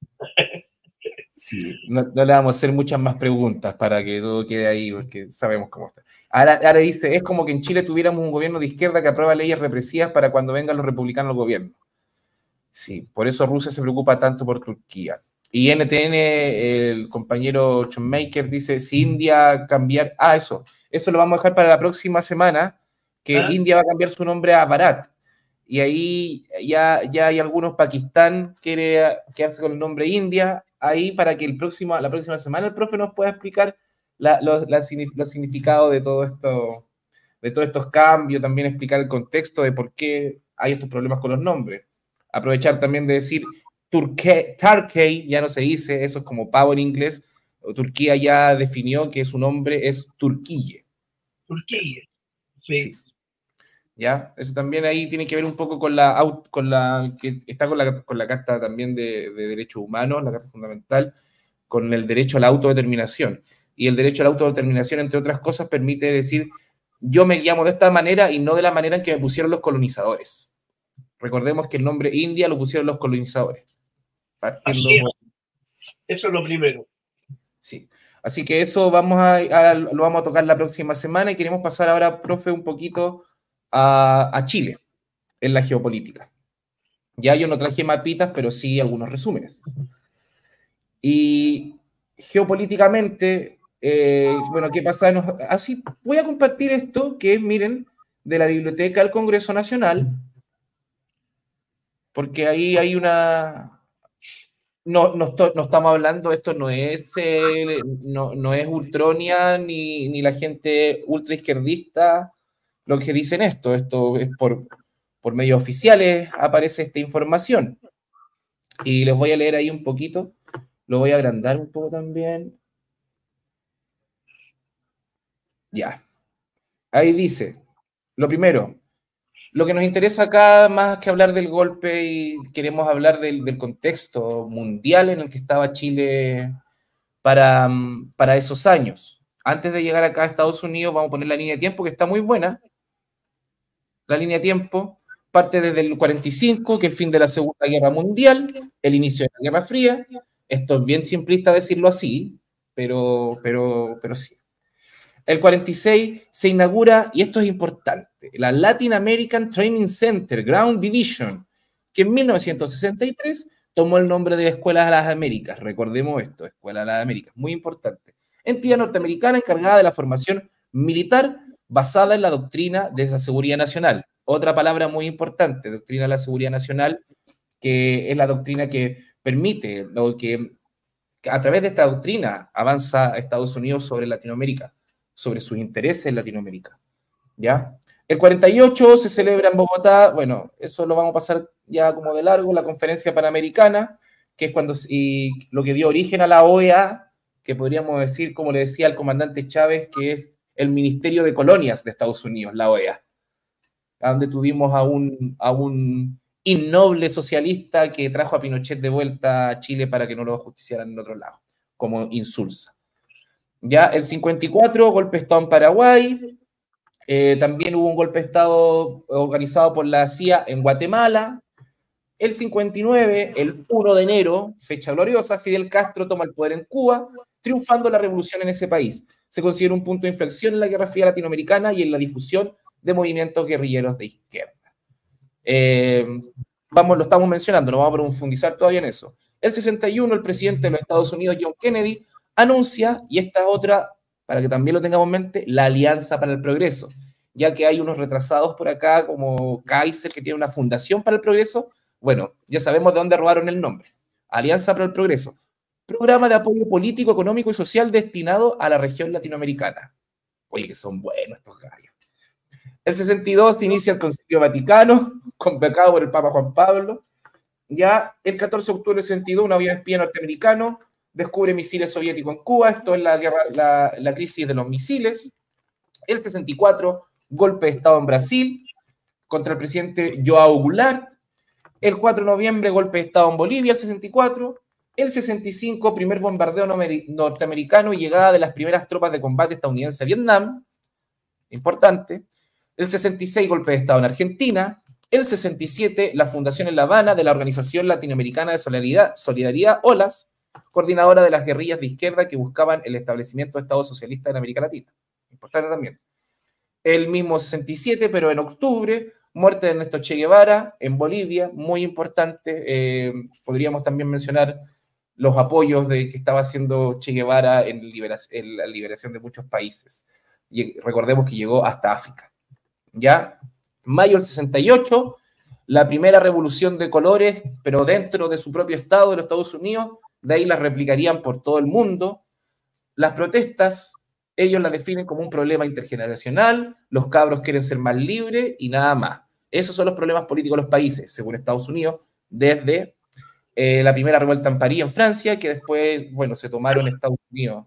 S1: Sí, no, no le vamos a hacer muchas más preguntas para que todo quede ahí, porque sabemos cómo está. Ahora, ahora dice, es como que en Chile tuviéramos un gobierno de izquierda que aprueba leyes represivas para cuando vengan los republicanos al gobierno. Sí, por eso Rusia se preocupa tanto por Turquía. Y N T N, el compañero Maker dice, si India cambiar... Ah, eso, eso lo vamos a dejar para la próxima semana, que
S2: ¿Ah?
S1: India va a cambiar su nombre a Bharat. Y ahí ya, ya hay algunos, Pakistán quiere quedarse con el nombre India, ahí para que el próximo, la próxima semana el profe nos pueda explicar la, los, la, los significados de todo esto, de todos estos cambios, también explicar el contexto de por qué hay estos problemas con los nombres. Aprovechar también de decir Turque, Turkey, ya no se dice, eso es como pavo en inglés. Turquía ya definió que su nombre es Turquille.
S2: Turquía, sí.
S1: Sí. ¿Ya? Eso también ahí tiene que ver un poco con la, con la que está con la, con la Carta también de, de Derechos Humanos, la Carta Fundamental, con el derecho a la autodeterminación. Y el derecho a la autodeterminación, entre otras cosas, permite decir, yo me llamo de esta manera y no de la manera en que me pusieron los colonizadores. Recordemos que el nombre India lo pusieron los colonizadores.
S2: Así es. Eso es lo primero.
S1: Sí. Así que eso vamos a, a, lo vamos a tocar la próxima semana y queremos pasar ahora, profe, un poquito a, a Chile en la geopolítica. Ya yo no traje mapitas, pero sí algunos resúmenes. Y geopolíticamente, eh, bueno, ¿qué pasa? Así voy a compartir esto, que es, miren, de la Biblioteca del Congreso Nacional, porque ahí hay una... No, no, no estamos hablando, esto no es, eh, no, no es Ultronia ni, ni la gente ultra izquierdista lo que dicen esto, esto es por, por medios oficiales aparece esta información. Y les voy a leer ahí un poquito, lo voy a agrandar un poco también. Ya. Ahí dice, lo primero, lo que nos interesa acá, más que hablar del golpe, y queremos hablar del, del contexto mundial en el que estaba Chile para, para esos años. Antes de llegar acá a Estados Unidos, vamos a poner la línea de tiempo, que está muy buena. La línea de tiempo parte desde el cuarenta y cinco, que es el fin de la Segunda Guerra Mundial, el inicio de la Guerra Fría. Esto es bien simplista decirlo así, pero, pero, pero sí. El cuarenta y seis se inaugura, y esto es importante, la Latin American Training Center, Ground Division, que en mil novecientos sesenta y tres tomó el nombre de Escuela de las Américas. Recordemos esto, Escuela de las Américas, muy importante. Entidad norteamericana encargada de la formación militar basada en la doctrina de la seguridad nacional. Otra palabra muy importante, doctrina de la seguridad nacional, que es la doctrina que permite, lo que a través de esta doctrina avanza Estados Unidos sobre Latinoamérica, sobre sus intereses en Latinoamérica, ¿ya? El cuarenta y ocho se celebra en Bogotá, bueno, eso lo vamos a pasar ya como de largo, la Conferencia Panamericana, que es cuando, y lo que dio origen a la O E A, que podríamos decir, como le decía el comandante Chávez, que es el Ministerio de Colonias de Estados Unidos, la O E A, donde tuvimos a un, a un innoble socialista que trajo a Pinochet de vuelta a Chile para que no lo ajusticiaran en otro lado, como Insulsa. Ya el cincuenta y cuatro, golpe de Estado en Paraguay. Eh, también hubo un golpe de Estado organizado por la C I A en Guatemala. El cincuenta y nueve, el uno de enero, fecha gloriosa, Fidel Castro toma el poder en Cuba, triunfando la revolución en ese país. Se considera un punto de inflexión en la Guerra Fría latinoamericana y en la difusión de movimientos guerrilleros de izquierda. Eh, vamos, lo estamos mencionando, no vamos a profundizar todavía en eso. El sesenta y uno, el presidente de los Estados Unidos, John Kennedy, anuncia, y esta es otra, para que también lo tengamos en mente, la Alianza para el Progreso, ya que hay unos retrasados por acá, como Kaiser, que tiene una fundación para el progreso. Bueno, ya sabemos de dónde robaron el nombre. Alianza para el Progreso. Programa de apoyo político, económico y social destinado a la región latinoamericana. Oye, que son buenos estos gallos. El sesenta y dos inicia el Concilio Vaticano, convocado por el Papa Juan Pablo. Ya el catorce de octubre del sesenta y dos, un avión espía norteamericano descubre misiles soviéticos en Cuba. Esto es la, guerra, la, la crisis de los misiles. El sesenta y cuatro, golpe de Estado en Brasil contra el presidente João Goulart. El cuatro de noviembre, golpe de Estado en Bolivia, el sesenta y cuatro. El sesenta y cinco, primer bombardeo norteamericano y llegada de las primeras tropas de combate estadounidenses a Vietnam. Importante. El sesenta y seis, golpe de Estado en Argentina. El sesenta y siete, la fundación en La Habana de la Organización Latinoamericana de Solidaridad, Solidaridad O L A S, coordinadora de las guerrillas de izquierda que buscaban el establecimiento de Estado socialista en América Latina. Importante también. El mismo sesenta y siete, pero en octubre, muerte de Ernesto Che Guevara en Bolivia, muy importante. Eh, podríamos también mencionar los apoyos de, que estaba haciendo Che Guevara en, liberación, en la liberación de muchos países. Y recordemos que llegó hasta África. ¿Ya? Mayo del sesenta y ocho, la primera revolución de colores, pero dentro de su propio estado, de los Estados Unidos, de ahí las replicarían por todo el mundo. Las protestas, ellos las definen como un problema intergeneracional, los cabros quieren ser más libres y nada más. Esos son los problemas políticos de los países, según Estados Unidos, desde eh, la primera revuelta en París, en Francia, que después, bueno, se tomaron en Estados Unidos.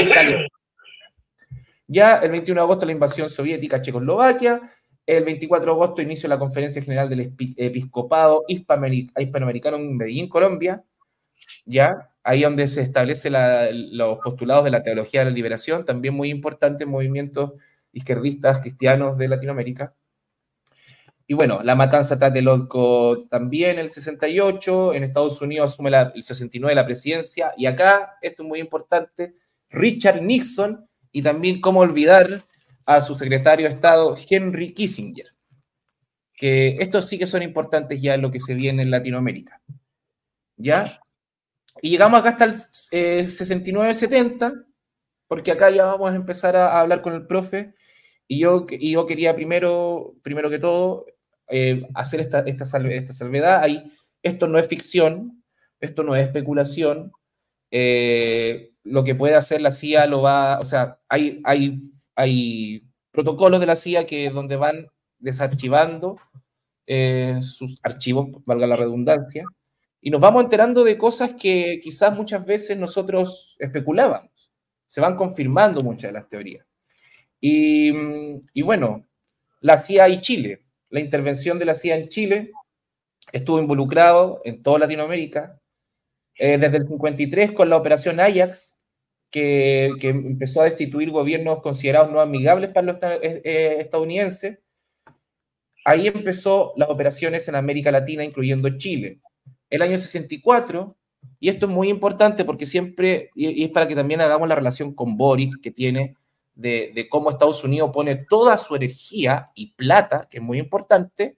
S1: Ya el veintiuno de agosto la invasión soviética a Checoslovaquia, el veinticuatro de agosto inicio la Conferencia General del Episcopado Hispanoamericano en Medellín, Colombia, ya, ahí donde se establece la, los postulados de la teología de la liberación, también muy importante, movimientos izquierdistas cristianos de Latinoamérica. Y bueno, la matanza de Tlatelolco también el sesenta y ocho, en Estados Unidos asume la, el sesenta y nueve la presidencia, y acá, esto es muy importante, Richard Nixon, y también cómo olvidar a su secretario de Estado, Henry Kissinger, que estos sí que son importantes ya en lo que se viene en Latinoamérica. ¿Ya? Y llegamos acá hasta el eh, sesenta y nueve setenta, porque acá ya vamos a empezar a, a hablar con el profe, y yo, y yo quería primero, primero que todo, eh, hacer esta, esta, salve, esta salvedad. Ahí, esto no es ficción, esto no es especulación, eh, lo que puede hacer la C I A lo va, o sea, hay, hay, hay protocolos de la C I A que donde van desarchivando eh, sus archivos, valga la redundancia, y nos vamos enterando de cosas que quizás muchas veces nosotros especulábamos. Se van confirmando muchas de las teorías. Y, y bueno, la C I A y Chile, la intervención de la C I A en Chile estuvo involucrado en toda Latinoamérica, eh, desde el cincuenta y tres con la operación Ajax, que, que empezó a destituir gobiernos considerados no amigables para los eh, estadounidenses. Ahí empezó las operaciones en América Latina, incluyendo Chile. El año sesenta y cuatro, y esto es muy importante porque siempre, y, y es para que también hagamos la relación con Boric, que tiene de, de cómo Estados Unidos pone toda su energía y plata, que es muy importante,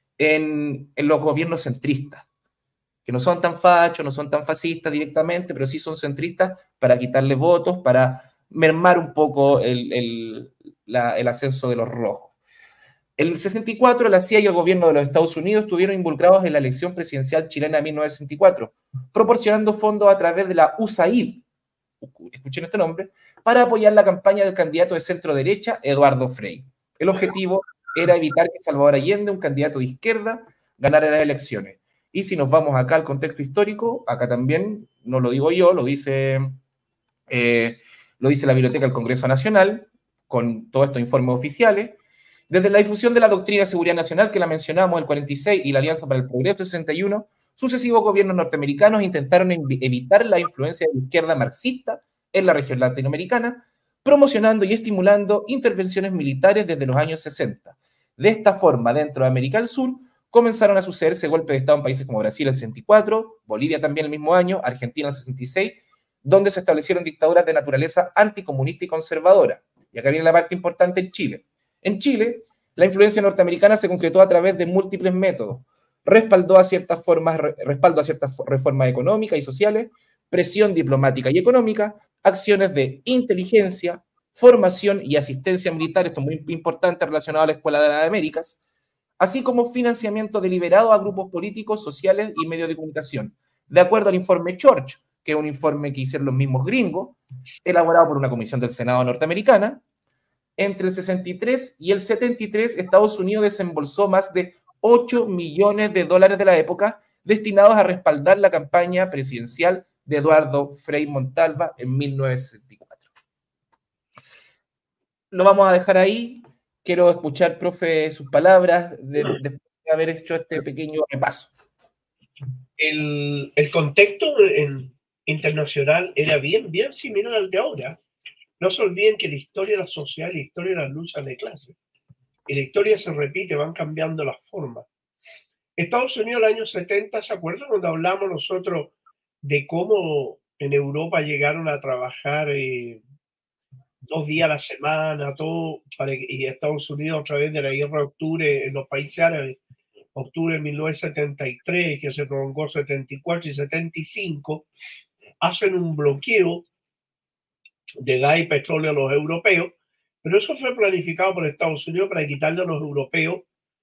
S1: en, en los gobiernos centristas, que no son tan fachos, no son tan fascistas directamente, pero sí son centristas para quitarle votos, para mermar un poco el, el, la, el ascenso de los rojos. En el sesenta y cuatro, la C I A y el gobierno de los Estados Unidos estuvieron involucrados en la elección presidencial chilena de mil novecientos sesenta y cuatro, proporcionando fondos a través de la U S A I D, escuchen este nombre, para apoyar la campaña del candidato de centro derecha, Eduardo Frei. El objetivo era evitar que Salvador Allende, un candidato de izquierda, ganara las elecciones. Y si nos vamos acá al contexto histórico, acá también, no lo digo yo, lo dice, eh, lo dice la Biblioteca del Congreso Nacional, con todos estos informes oficiales. Desde la difusión de la doctrina de seguridad nacional, que la mencionamos, el cuarenta y seis, y la Alianza para el Progreso, el sesenta y uno, sucesivos gobiernos norteamericanos intentaron evitar la influencia de la izquierda marxista en la región latinoamericana, promocionando y estimulando intervenciones militares desde los años sesenta. De esta forma, dentro de América del Sur, comenzaron a sucederse golpes de Estado en países como Brasil en el sesenta y cuatro, Bolivia también el mismo año, Argentina en el sesenta y seis, donde se establecieron dictaduras de naturaleza anticomunista y conservadora. Y acá viene la parte importante en Chile. En Chile, la influencia norteamericana se concretó a través de múltiples métodos. Respaldó a ciertas formas, respaldo a ciertas reformas económicas y sociales, presión diplomática y económica, acciones de inteligencia, formación y asistencia militar, esto es muy importante relacionado a la Escuela de las Américas, así como financiamiento deliberado a grupos políticos, sociales y medios de comunicación. De acuerdo al informe Church, que es un informe que hicieron los mismos gringos, elaborado por una comisión del Senado norteamericana, Entre el sesenta y tres y el setenta y tres, Estados Unidos desembolsó más de ocho millones de dólares de la época destinados a respaldar la campaña presidencial de Eduardo Frei Montalva en mil novecientos sesenta y cuatro. Lo vamos a dejar ahí. Quiero escuchar, profe, sus palabras de, después de haber hecho este pequeño repaso.
S2: El, el contexto en, internacional era bien, bien similar al de ahora. No se olviden que la historia de la sociedad y la historia de las luchas de clase. Y la historia se repite, van cambiando las formas. Estados Unidos, en los años setenta, ¿se acuerdan cuando hablamos nosotros de cómo en Europa llegaron a trabajar eh, dos días a la semana, todo, para, y Estados Unidos a través de la guerra de octubre en los países árabes, octubre de mil novecientos setenta y tres, que se prolongó setenta y cuatro y setenta y cinco, hacen un bloqueo de gas y petróleo a los europeos, pero eso fue planificado por Estados Unidos para quitarle a los europeos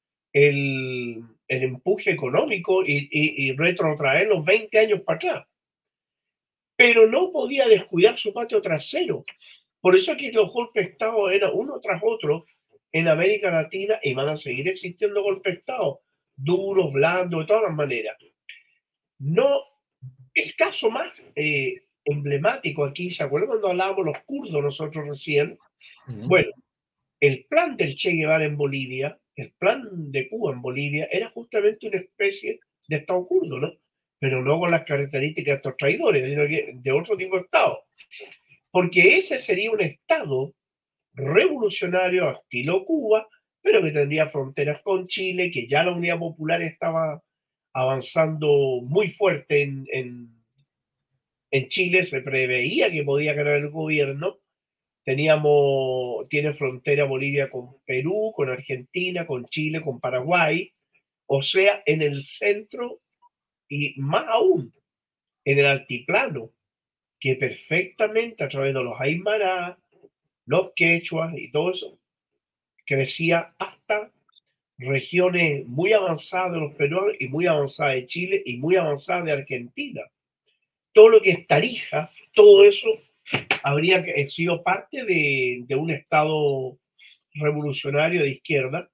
S2: el, el empuje económico y, y, y retrotraer los veinte años para atrás. Pero no podía descuidar su patio trasero. Por eso aquí los golpes de Estado eran uno tras otro en América Latina y van a seguir existiendo golpes de Estado, duros, blandos, de todas las maneras. No, el caso más eh, emblemático aquí, ¿se acuerdan cuando hablábamos los kurdos nosotros recién? Uh-huh. Bueno, el plan del Che Guevara en Bolivia, el plan de Cuba en Bolivia, era justamente una especie de Estado kurdo, ¿no? Pero no con las características de estos traidores, sino que de otro tipo de Estado. Porque ese sería un Estado revolucionario a estilo Cuba, pero que tendría fronteras con Chile, que ya la Unidad Popular estaba avanzando muy fuerte en, en, en Chile, se preveía que podía ganar el gobierno. Teníamos, tiene frontera Bolivia con Perú, con Argentina, con Chile, con Paraguay, o sea, en el centro y más aún en el altiplano, que perfectamente a través de los Aymara, los quechuas y todo eso, crecía hasta regiones muy avanzadas de los peruanos y muy avanzadas de Chile y muy avanzadas de Argentina. Todo lo que es Tarija, todo eso habría sido parte de, de un Estado revolucionario de izquierda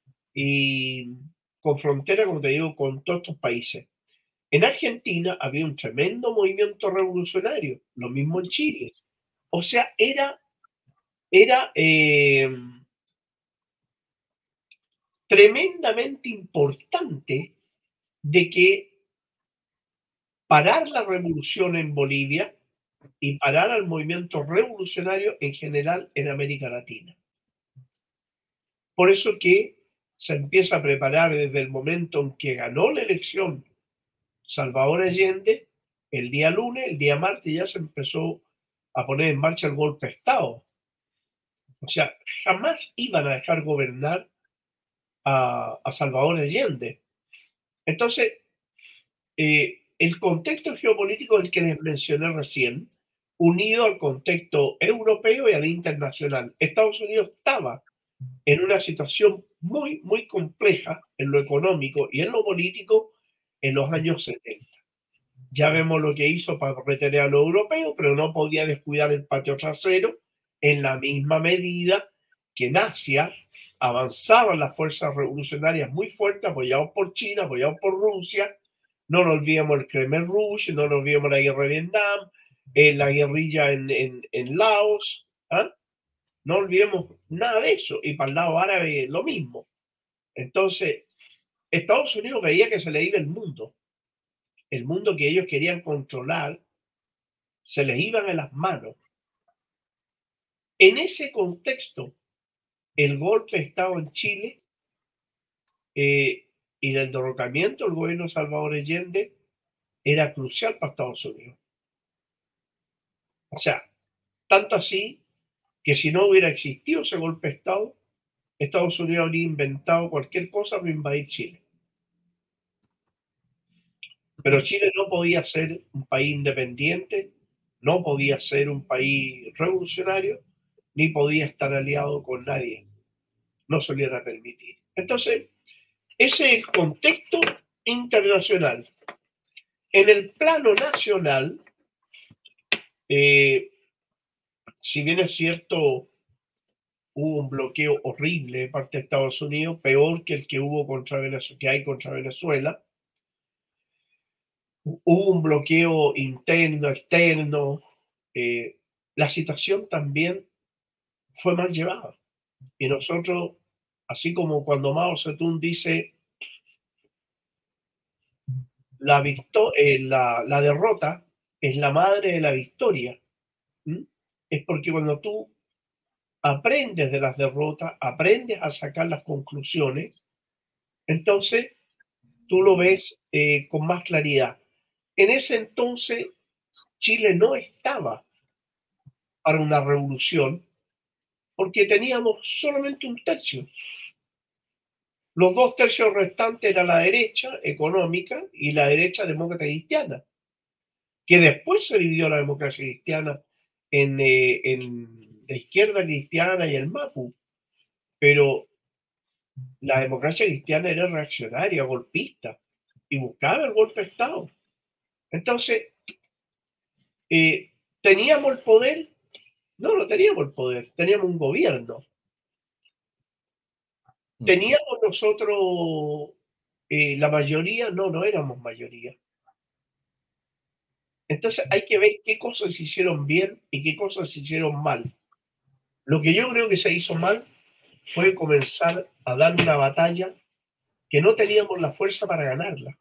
S2: y con frontera, como te digo, con todos estos países. En Argentina había un tremendo movimiento revolucionario, lo mismo en Chile. O sea, era, era eh, tremendamente importante de que parar la revolución en Bolivia y parar al movimiento revolucionario en general en América Latina. Por eso que se empieza a preparar desde el momento en que ganó la elección Salvador Allende, el día lunes, el día martes ya se empezó a poner en marcha el golpe de Estado. O sea, jamás iban a dejar gobernar a, a Salvador Allende. Entonces, eh, el contexto geopolítico del que les mencioné recién, unido al contexto europeo y al internacional. Estados Unidos estaba en una situación muy, muy compleja en lo económico y en lo político en los años setenta. Ya vemos lo que hizo para retener a los europeos, pero no podía descuidar el patio trasero en la misma medida que en Asia avanzaban las fuerzas revolucionarias muy fuertes, apoyados por China, apoyados por Rusia. No nos olvidemos el Khmer Rouge, no nos olvidemos la guerra de Vietnam, eh, la guerrilla en, en, en Laos. ¿eh? No olvidemos nada de eso. Y para el lado árabe lo mismo. Entonces, Estados Unidos veía que se le iba el mundo. El mundo que ellos querían controlar, se les iban en las manos. En ese contexto, el golpe de Estado en Chile eh, y del derrocamiento del gobierno de Salvador Allende era crucial para Estados Unidos. O sea, tanto así que si no hubiera existido ese golpe de Estado, Estados Unidos habría inventado cualquier cosa para invadir Chile. Pero Chile no podía ser un país independiente, no podía ser un país revolucionario, ni podía estar aliado con nadie. No se le iba a permitir. Entonces, ese es el contexto internacional. En el plano nacional, eh, si bien es cierto, hubo un bloqueo horrible de parte de Estados Unidos, peor que el que hubo contra Venezuela, que hay contra Venezuela. Hubo un bloqueo interno, externo. Eh, la situación también fue mal llevada. Y nosotros, así como cuando Mao Zedong dice la, eh, la, la derrota es la madre de la victoria, ¿Mm? Es porque cuando tú aprendes de las derrotas, aprendes a sacar las conclusiones, entonces tú lo ves eh, con más claridad. En ese entonces, Chile no estaba para una revolución porque teníamos solamente un tercio. Los dos tercios restantes era la derecha económica y la derecha demócrata cristiana, que después se dividió la democracia cristiana en, eh, en la izquierda cristiana y el MAPU, pero la democracia cristiana era reaccionaria, golpista, y buscaba el golpe de Estado. Entonces, eh, ¿teníamos el poder? No, no teníamos el poder, teníamos un gobierno. ¿Teníamos nosotros eh, la mayoría? No, no éramos mayoría. Entonces hay que ver qué cosas se hicieron bien y qué cosas se hicieron mal. Lo que yo creo que se hizo mal fue comenzar a dar una batalla que no teníamos la fuerza para ganarla.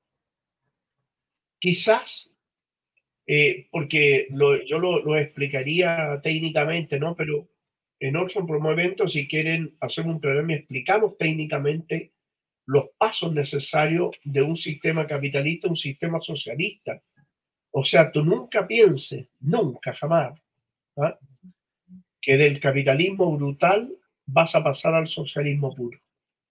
S2: Quizás, eh, porque lo, yo lo, lo explicaría técnicamente, ¿no? Pero en otro momento, si quieren hacer un programa, explicamos técnicamente los pasos necesarios de un sistema capitalista, un sistema socialista. O sea, tú nunca pienses, nunca, jamás, ¿ah? que del capitalismo brutal vas a pasar al socialismo puro.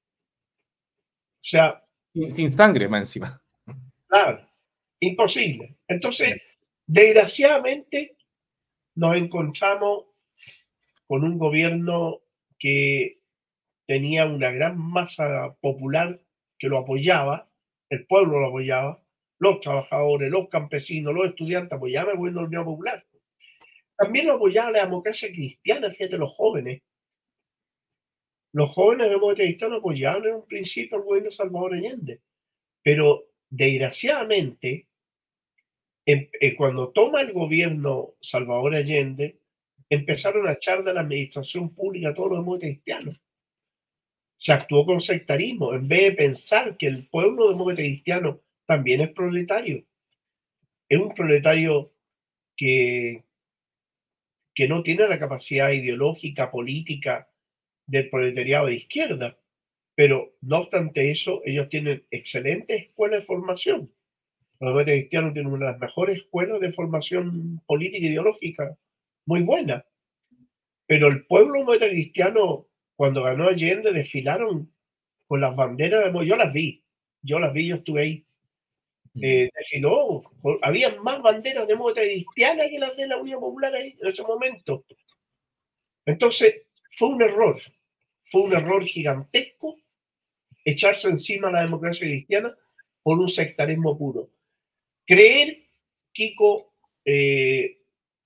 S2: O sea...
S1: Sin, sin sangre, más encima.
S2: Claro, imposible. Entonces, desgraciadamente, nos encontramos con un gobierno que tenía una gran masa popular que lo apoyaba, el pueblo lo apoyaba, los trabajadores, los campesinos, los estudiantes apoyaban el gobierno de la Unión Popular. También lo apoyaba la democracia cristiana, fíjate, los jóvenes. Los jóvenes de democracia cristiana apoyaban en un principio al gobierno de Salvador Allende. Pero desgraciadamente, en, en, cuando toma el gobierno Salvador Allende, empezaron a echar de la administración pública a todos los demócratas cristianos. Se actuó con sectarismo, en vez de pensar que el pueblo demócrata cristiano también es proletario. Es un proletario que, que no tiene la capacidad ideológica, política del proletariado de izquierda. Pero no obstante eso, ellos tienen excelentes escuelas de formación. Los demócratas cristianos tienen una de las mejores escuelas de formación política e ideológica, muy buena. Pero el pueblo demócrata cristiano, cuando ganó Allende, desfilaron con las banderas de... Yo las vi, yo las vi, yo estuve ahí. Eh, desfiló, había más banderas demócratas cristianas que las de la Unión Popular ahí en ese momento. Entonces, fue un error, fue un error gigantesco echarse encima a la democracia cristiana por un sectarismo puro. Creer, Kiko, eh,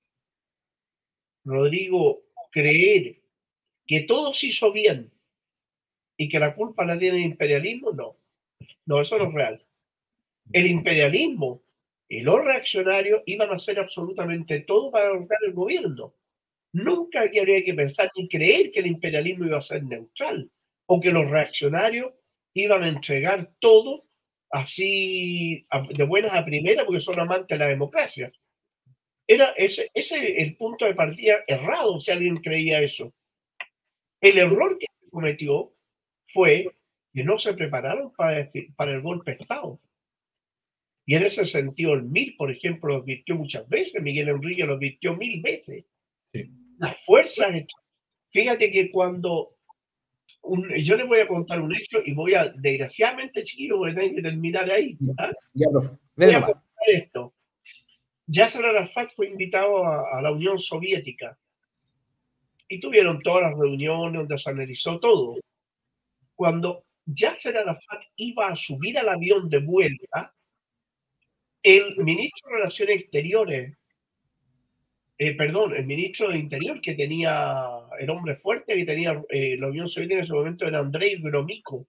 S2: Rodrigo, creer que todo se hizo bien y que la culpa la tiene el imperialismo, no. No, eso no es real. El imperialismo y los reaccionarios iban a hacer absolutamente todo para derrotar el gobierno. Nunca habría que pensar ni creer que el imperialismo iba a ser neutral o que los reaccionarios iban a entregar todo así de buenas a primeras porque son amantes de la democracia. Era ese, ese el punto de partida errado si alguien creía eso. El error que se cometió fue que no se prepararon para, para el golpe de Estado. Y en ese sentido, el M I R, por ejemplo, lo advirtió muchas veces, Miguel Enrique lo advirtió mil veces. Sí. Las fuerzas, fíjate que cuando, un, yo les voy a contar un hecho y voy a, desgraciadamente, chiquillos, voy a tener que terminar ahí. ¿ah? Ya, profe. Voy a contar esto. Yasser Arafat fue invitado a, a la Unión Soviética y tuvieron todas las reuniones donde se analizó todo. Cuando Yasser Arafat iba a subir al avión de vuelta, el ministro de Relaciones Exteriores, eh, perdón, el ministro de Interior que tenía el hombre fuerte que tenía eh, la Unión Soviética en ese momento era Andrei Gromyko.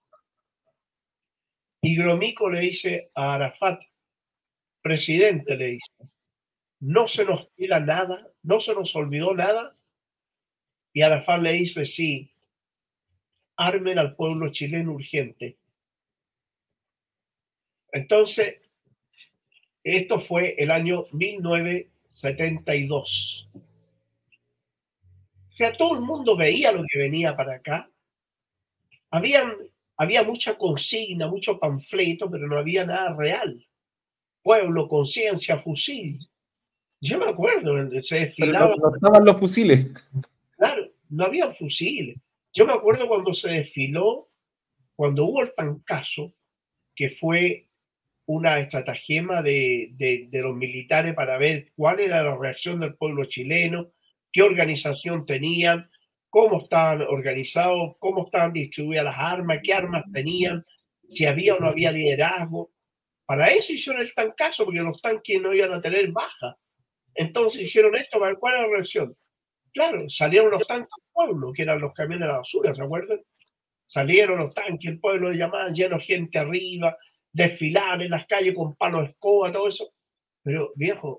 S2: Y Gromyko le dice a Arafat, presidente, le dice, no se nos tira nada, no se nos olvidó nada. Y Arafat le dice, sí, armen al pueblo chileno urgente. Entonces, esto fue el año mil novecientos setenta y dos. O sea, todo el mundo veía lo que venía para acá. Habían, había mucha consigna, mucho panfleto, pero no había nada real. Pueblo, conciencia, fusil. Yo me acuerdo, se desfilaba.
S1: Pero no, no estaban los fusiles.
S2: Claro, no había fusiles. Yo me acuerdo cuando se desfiló, cuando hubo el tancazo, que fue una estratagema de, de, de los militares para ver cuál era la reacción del pueblo chileno, qué organización tenían, cómo estaban organizados, cómo estaban distribuidas las armas, qué armas tenían, si había o no había liderazgo. Para eso hicieron el tancazo, porque los tanques no iban a tener baja. Entonces hicieron esto para ver cuál era la reacción. Claro, salieron los tanques del pueblo, que eran los camiones de la basura, ¿se acuerdan? Salieron los tanques, el pueblo de llamaban lleno de gente arriba, desfilar en las calles con palos de escoba, todo eso. Pero, viejo,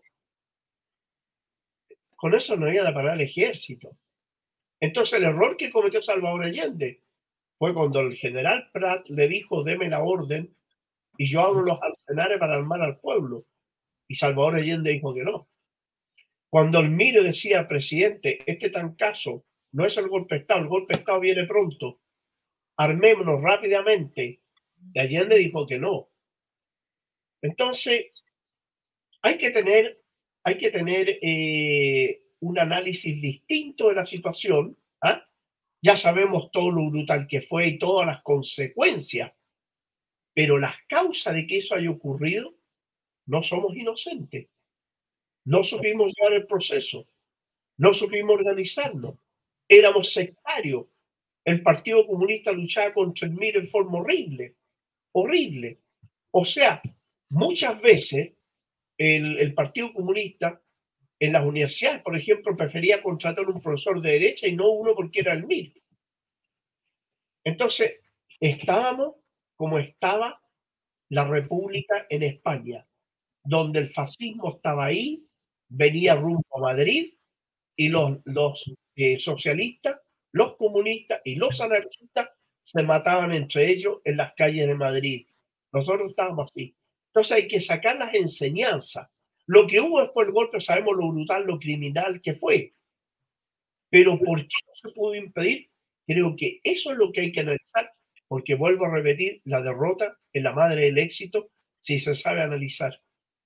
S2: con eso no iban a parar el ejército. Entonces, el error que cometió Salvador Allende fue cuando el general Prat le dijo, deme la orden y yo abro los arsenales para armar al pueblo. Y Salvador Allende dijo que no. Cuando el Mire decía, presidente, este tancazo no es el golpe de Estado, el golpe de Estado viene pronto, armémonos rápidamente, y Allende dijo que no. Entonces, hay que tener, hay que tener eh, un análisis distinto de la situación. ¿eh? Ya sabemos todo lo brutal que fue y todas las consecuencias, pero las causas de que eso haya ocurrido, no somos inocentes. No supimos llevar el proceso, no supimos organizarnos, éramos sectarios. El Partido Comunista luchaba contra el Mire en forma horrible, horrible. O sea, muchas veces el, el Partido Comunista en las universidades, por ejemplo, prefería contratar un profesor de derecha y no uno porque era el Mire. Entonces, estábamos como estaba la República en España, donde el fascismo estaba ahí, venía rumbo a Madrid y los, los eh, socialistas, los comunistas y los anarquistas se mataban entre ellos en las calles de Madrid. Nosotros estábamos así. Entonces hay que sacar las enseñanzas. Lo que hubo después del golpe, sabemos lo brutal, lo criminal que fue. Pero ¿por qué no se pudo impedir? Creo que eso es lo que hay que analizar, porque vuelvo a repetir, la derrota es la madre del éxito si se sabe analizar.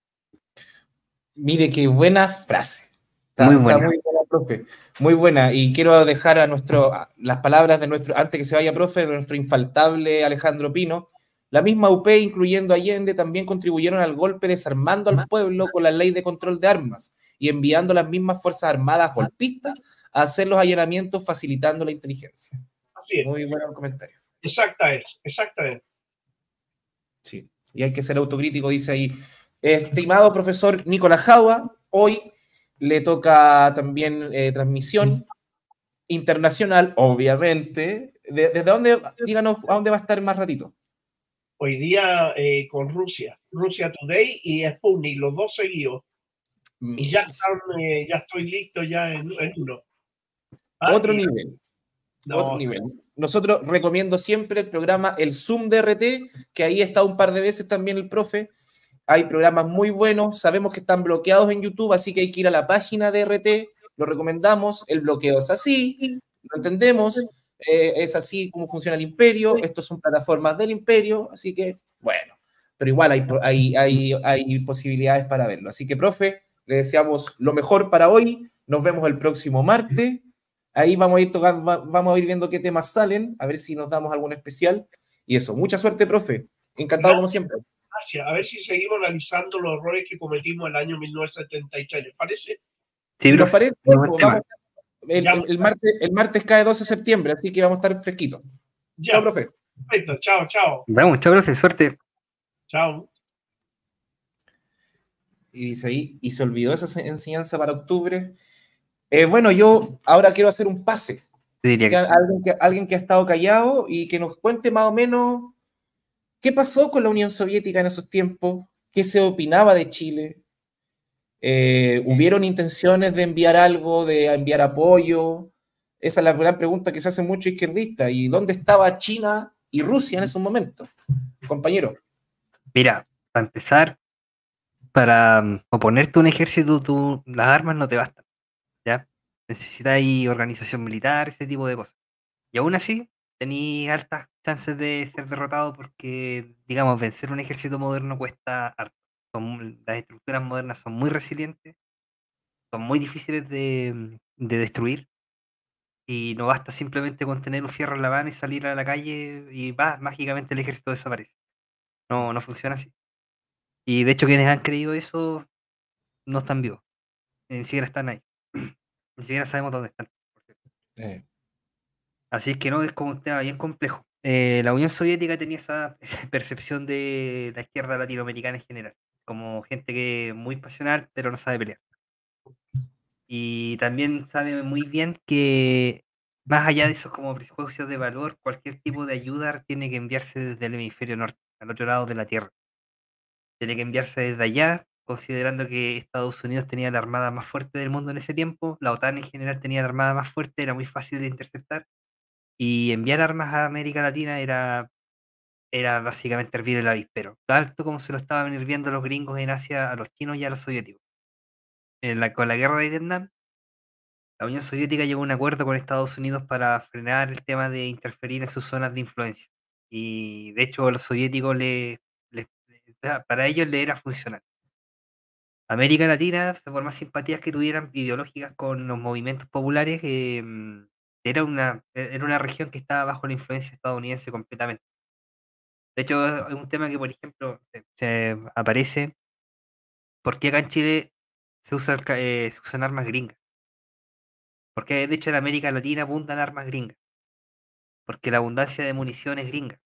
S1: Mire qué buena frase. Está
S4: muy
S1: muy
S4: buena.
S1: Está muy buena, profe. Muy buena. Y quiero dejar a nuestro, a las palabras de nuestro, antes que se vaya, profe, de nuestro infaltable Alejandro Pino. La misma U P, incluyendo Allende, también contribuyeron al golpe desarmando al pueblo con la ley de control de armas y enviando las mismas fuerzas armadas golpistas a hacer los allanamientos facilitando la inteligencia.
S2: Así es.
S1: Muy buen comentario.
S2: Exacta es, exacta es.
S1: Sí, y hay que ser autocrítico, dice ahí. Estimado profesor Nicolás Jaua, hoy le toca también eh, transmisión internacional, obviamente. ¿De, ¿Desde dónde, díganos, a dónde va a estar más ratito?
S2: Hoy día eh, con Rusia, Rusia Today y Sputnik, los dos seguidos. Y ya, están, eh, ya estoy listo ya en, en uno.
S1: Ah, otro y, nivel. No, otro nivel. Nosotros recomiendo siempre el programa El Zoom de R T, que ahí está un par de veces también el profe. Hay programas muy buenos, sabemos que están bloqueados en YouTube, así que hay que ir a la página de R T, lo recomendamos, el bloqueo es así, lo entendemos, eh, es así como funciona el imperio, estos son plataformas del imperio, así que, bueno, pero igual hay, hay, hay, hay posibilidades para verlo. Así que, profe, le deseamos lo mejor para hoy, nos vemos el próximo martes, ahí vamos a ir tocando, vamos a ir viendo qué temas salen, a ver si nos damos algún especial, y eso, mucha suerte, profe, encantado como siempre.
S2: A ver si seguimos analizando los errores que cometimos en el año mil novecientos setenta y tres, ¿les parece?
S1: Sí, ¿nos parece? Pues vamos, el, el, el, martes, el martes cae doce de septiembre, así que vamos a estar fresquitos.
S2: Ya,
S1: chao, profe.
S2: Perfecto, chao, chao.
S4: Vamos, chao, profe, suerte.
S2: Chao.
S1: Y dice ahí, y se olvidó esa enseñanza para octubre. Eh, bueno, yo ahora quiero hacer un pase.
S4: diría
S1: Que
S4: que
S1: a- alguien, que alguien que ha estado callado y que nos cuente más o menos qué pasó con la Unión Soviética en esos tiempos, qué se opinaba de Chile. Eh, ¿hubieron intenciones de enviar algo, de enviar apoyo? Esa es la gran pregunta que se hace mucho izquierdista. ¿Y dónde estaba China y Rusia en esos momentos, compañero?
S4: Mira, para empezar, para mm, oponerte a un ejército, tú, las armas no te bastan, ¿ya? Necesitas ahí organización militar, ese tipo de cosas. Y aún así, tenéis altas chances de ser derrotado porque, digamos, vencer un ejército moderno cuesta harto. Son- las estructuras modernas son muy resilientes, son muy difíciles de, de destruir y no basta simplemente con tener un fierro en la mano y salir a la calle y va, mágicamente el ejército desaparece. No, no funciona así. Y de hecho quienes han creído eso no están vivos, ni siquiera están ahí. Ni siquiera sabemos dónde están, por cierto.
S1: Eh,
S4: Así es que no, es como un tema bien complejo. Eh, la Unión Soviética tenía esa percepción de la izquierda latinoamericana en general, como gente que es muy pasional, pero no sabe pelear. Y también sabe muy bien que más allá de esos como prejuicios de valor, cualquier tipo de ayuda tiene que enviarse desde el hemisferio norte, al otro lado de la Tierra. Tiene que enviarse desde allá, considerando que Estados Unidos tenía la armada más fuerte del mundo en ese tiempo, la OTAN en general tenía la armada más fuerte, era muy fácil de interceptar, y enviar armas a América Latina era, era básicamente hervir el avispero, tanto como se lo estaban hirviendo los gringos en Asia a los chinos y a los soviéticos. En la, con la guerra de Vietnam, la Unión Soviética llegó a un acuerdo con Estados Unidos para frenar el tema de interferir en sus zonas de influencia. Y de hecho, a los soviéticos le, le- le- para ellos le era funcional. América Latina, por más simpatías que tuvieran ideológicas con los movimientos populares, eh, era una, era una región que estaba bajo la influencia estadounidense completamente. De hecho, es un tema que, por ejemplo, se, se aparece, ¿por qué acá en Chile se, usa el ca- eh, se usan armas gringas? Porque de hecho en América Latina abundan armas gringas, porque la abundancia de munición es gringa,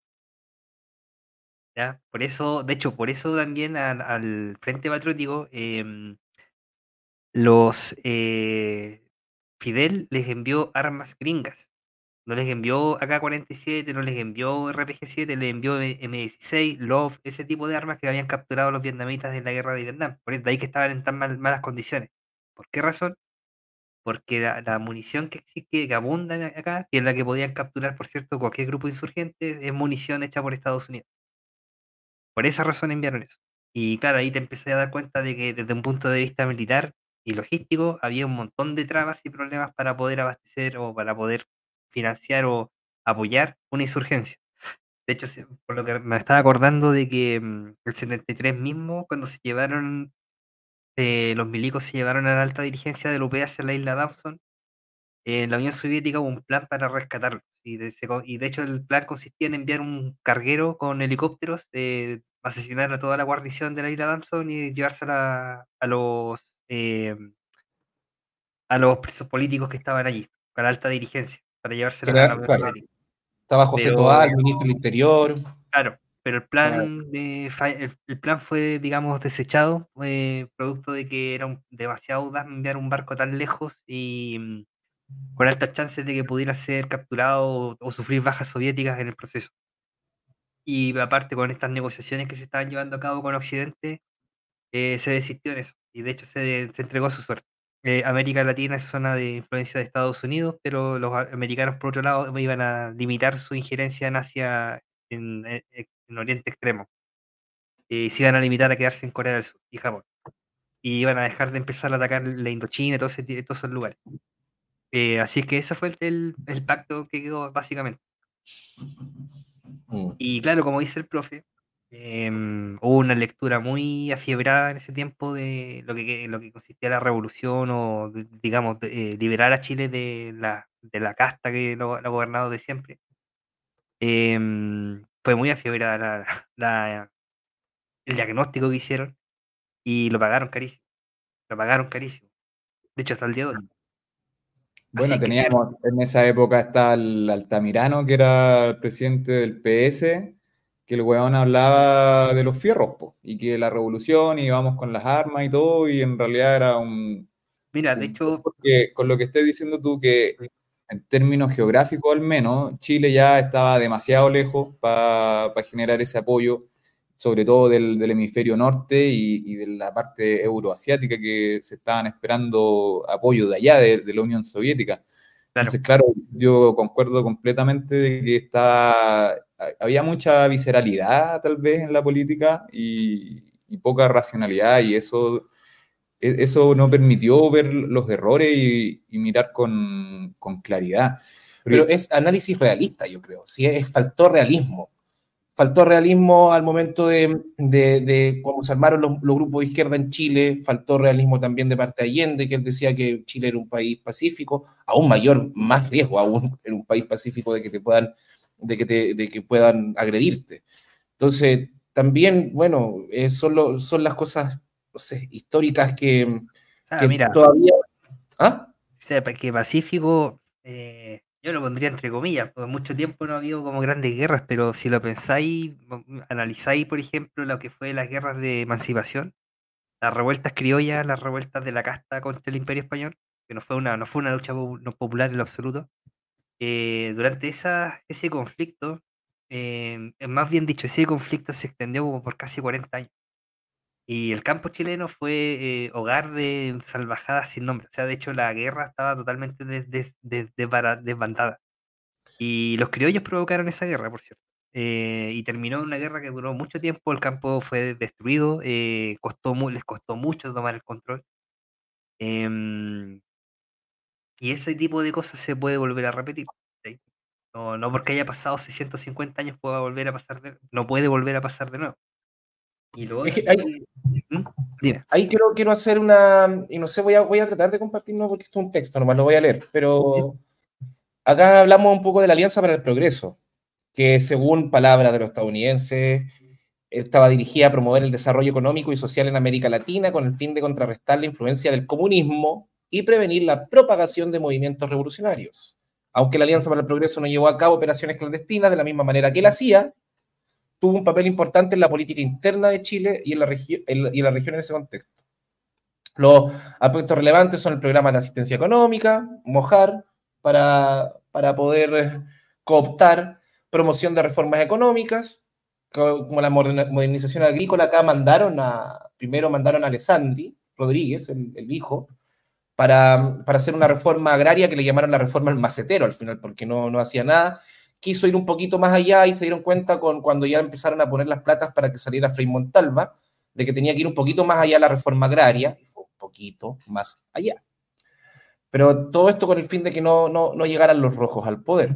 S4: ¿ya? Por eso, de hecho, por eso también al, al Frente Patriótico, em, los eh, Fidel les envió armas gringas. No les envió A K cuarenta y siete, no les envió R P G siete, les envió M dieciséis, Love, ese tipo de armas que habían capturado los vietnamitas en la guerra de Vietnam. Por eso, de ahí que estaban en tan mal- malas condiciones. ¿Por qué razón? Porque la, la munición que existe, que abunda en- acá, que es la que podían capturar, por cierto, cualquier grupo insurgente, es munición hecha por Estados Unidos. Por esa razón enviaron eso. Y claro, ahí te empecé a dar cuenta de que desde un punto de vista militar y logístico había un montón de trabas y problemas para poder abastecer o para poder financiar o apoyar una insurgencia. De hecho, se- por lo que me estaba acordando de que mm, el setenta y tres mismo, cuando se llevaron, eh, los milicos se llevaron a la alta dirigencia del U P hacia la isla Dawson, en la Unión Soviética hubo un plan para rescatarlos. Y de, se co- y de hecho el plan consistía en enviar un carguero con helicópteros, eh, asesinar a toda la guarnición de la isla Dawson y llevársela a los, eh, a los presos políticos que estaban allí, a la alta dirigencia, para
S1: que
S4: llevárselas a la
S1: era-
S4: Unión
S1: claro,
S4: Soviética.
S1: estaba José
S4: Pero
S1: Toal, ministro del Interior.
S4: claro, pero el
S1: Claro.
S4: plan, eh, fa- el, el plan fue, digamos, desechado, eh, producto de que era un- demasiado audaz enviar un barco tan lejos y mm, con altas chances de que pudiera ser capturado o, o sufrir bajas soviéticas en el proceso. Y aparte con estas negociaciones que se estaban llevando a cabo con Occidente, eh, se desistió en eso y de hecho se, se entregó a su suerte. Eh, América Latina es zona de influencia de Estados Unidos, pero los a- americanos por otro lado iban a limitar su injerencia en Asia, en, en- en Oriente Extremo. Eh, se iban a limitar a quedarse en Corea del Sur y Japón. Y iban a dejar de empezar a atacar la Indochina y todo ese ti- todos esos lugares. Eh, así que ese fue el, el- el pacto que quedó básicamente.
S1: Mm.
S4: Y claro, como dice el profe, em, hubo una lectura muy afiebrada en ese tiempo de lo que, lo que consistía la revolución o, de- digamos, de, eh, liberar a Chile de la, de la casta que lo, lo ha gobernado de siempre. Em, fue muy afiebrada la, la- el diagnóstico que hicieron y lo pagaron carísimo. Lo pagaron carísimo. De hecho, hasta el día de hoy.
S3: Bueno,
S4: Así que sí,
S3: teníamos en esa época está el Altamirano, que era el presidente del P S, que el weón hablaba de los fierros, po, y que la revolución íbamos con las armas y todo, y en realidad era un,
S4: mira, de
S3: un-
S4: hecho,
S3: porque con lo que estás diciendo tú, que en términos geográficos al menos, Chile ya estaba demasiado lejos para pa generar ese apoyo, sobre todo del, del hemisferio norte y, y de la parte euroasiática, que se estaban esperando apoyo de allá, de, de la Unión Soviética.
S4: Claro.
S3: Entonces, claro, yo concuerdo completamente de que está, había mucha visceralidad tal vez en la política y, y poca racionalidad, y eso, eso no permitió ver los errores y, y mirar con, con claridad.
S1: Pero es análisis realista, yo creo. Sí, es, faltó realismo. Faltó realismo al momento de, de, de cuando se armaron los, los grupos de izquierda en Chile, faltó realismo también de parte de Allende, que él decía que Chile era un país pacífico, aún mayor, más riesgo aún en un país pacífico de que te puedan, de que te, de que puedan agredirte. Entonces, también, bueno, eh, son, lo, son las cosas, no sé, históricas que,
S4: Ah,
S1: que
S4: mira,
S1: todavía... ¿Ah?
S4: o sea, pa- que Pacífico, eh, yo lo pondría entre comillas, porque mucho tiempo no ha habido como grandes guerras, pero si lo pensáis, mm, analizáis, por ejemplo, lo que fue las guerras de emancipación, las revueltas criollas, las revueltas de la casta contra el Imperio Español, que no fue una, no fue una lucha po- no popular en lo absoluto. Eh, durante esa, ese conflicto, eh, más bien dicho, ese conflicto se extendió como por casi cuarenta años. Y el campo chileno fue eh, hogar de salvajadas sin nombre. O sea, de hecho, la guerra estaba totalmente des- des- des- desbara- desbandada. Y los criollos provocaron esa guerra, por cierto. Eh, y terminó una guerra que duró mucho tiempo. El campo fue destruido. Eh, costó mu- les costó mucho tomar el control. Em, y ese tipo de cosas se puede volver a repetir. ¿Sí? No, no porque haya pasado seiscientos cincuenta años pueda volver a pasar de, no puede volver a pasar de nuevo. Y lo
S1: Es
S4: otro
S1: que hay,
S4: que- ¿Mm? Dime.
S1: Ahí quiero, quiero hacer una, y no sé, voy a, voy a tratar de compartir, no porque esto es un texto, nomás lo voy a leer, pero acá hablamos un poco de la Alianza para el Progreso, que según palabras de los estadounidenses, estaba dirigida a promover el desarrollo económico y social en América Latina con el fin de contrarrestar la influencia del comunismo y prevenir la propagación de movimientos revolucionarios. Aunque la Alianza para el Progreso no llevó a cabo operaciones clandestinas de la misma manera que la hacía, tuvo un papel importante en la política interna de Chile y en la, regi en, y en la región en ese contexto. Los aspectos relevantes son el programa de asistencia económica, MOJAR, para, para poder cooptar, promoción de reformas económicas, como la modernización agrícola. Acá mandaron a, primero mandaron a Alessandri Rodríguez, el, el hijo, para, para hacer una reforma agraria que le llamaron la reforma del macetero al final, porque no, no hacía nada. Quiso ir un poquito más allá y se dieron cuenta con, cuando ya empezaron a poner las platas para que saliera Frei Montalva, de que tenía que ir un poquito más allá la reforma agraria, y fue un poquito más allá. Pero todo esto con el fin de que no, no, no llegaran los rojos al poder.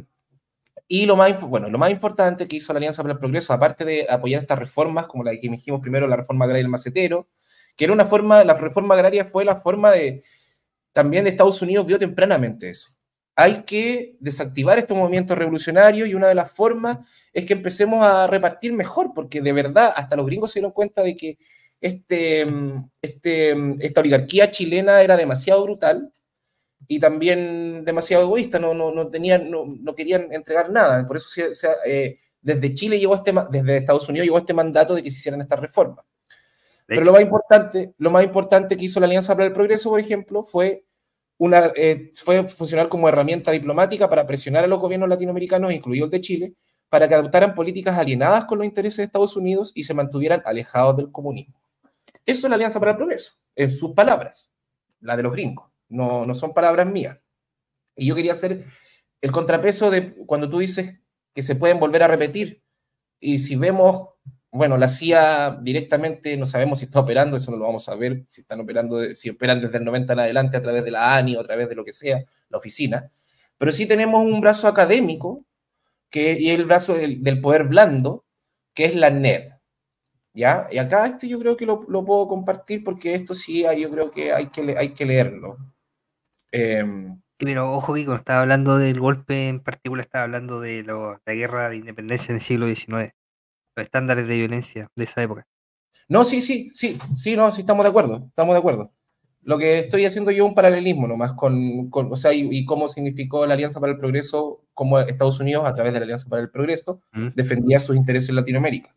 S1: Y lo más, bueno, lo más importante que hizo la Alianza para el Progreso, aparte de apoyar estas reformas, como la que dijimos primero, la reforma agraria del macetero, que era una forma, la reforma agraria fue la forma de, también de Estados Unidos vio tempranamente eso. Hay que desactivar estos movimientos revolucionarios y una de las formas es que empecemos a repartir mejor, porque de verdad hasta los gringos se dieron cuenta de que este, este, esta oligarquía chilena era demasiado brutal y también demasiado egoísta, no, no, no, tenían, no, no querían entregar nada. Por eso se, se, eh, desde Chile llegó este, desde Estados Unidos llegó este mandato de que se hicieran estas reformas. Pero lo más importante, lo más importante que hizo la Alianza para el Progreso, por ejemplo, fue, una, eh, fue funcionar como herramienta diplomática para presionar a los gobiernos latinoamericanos, incluido el de Chile, para que adoptaran políticas alienadas con los intereses de Estados Unidos y se mantuvieran alejados del comunismo. Eso es la Alianza para el Progreso, en sus palabras, la de los gringos, no, no son palabras mías. Y yo quería hacer el contrapeso de cuando tú dices que se pueden volver a repetir, y si vemos... Bueno, la C I A directamente no sabemos si está operando, eso no lo vamos a ver, si están operando, si operan desde el noventa en adelante a través de la A N I o a través de lo que sea, la oficina, pero sí tenemos un brazo académico que, y el brazo del, del poder blando, que es la N E D, ¿ya? Y acá este yo creo que lo, lo puedo compartir porque esto sí yo creo que hay que, hay que leerlo. Eh,
S4: Pero ojo que cuando estaba hablando del golpe en particular, estaba hablando de lo, la guerra de independencia en el siglo diecinueve, los estándares de violencia de esa época.
S1: No, sí, sí, sí, sí, no, sí, estamos de acuerdo, estamos de acuerdo. Lo que estoy haciendo yo es un paralelismo nomás con, con o sea, y, y cómo significó la Alianza para el Progreso, cómo Estados Unidos, a través de la Alianza para el Progreso,
S4: ¿Mm?
S1: defendía sus intereses en Latinoamérica.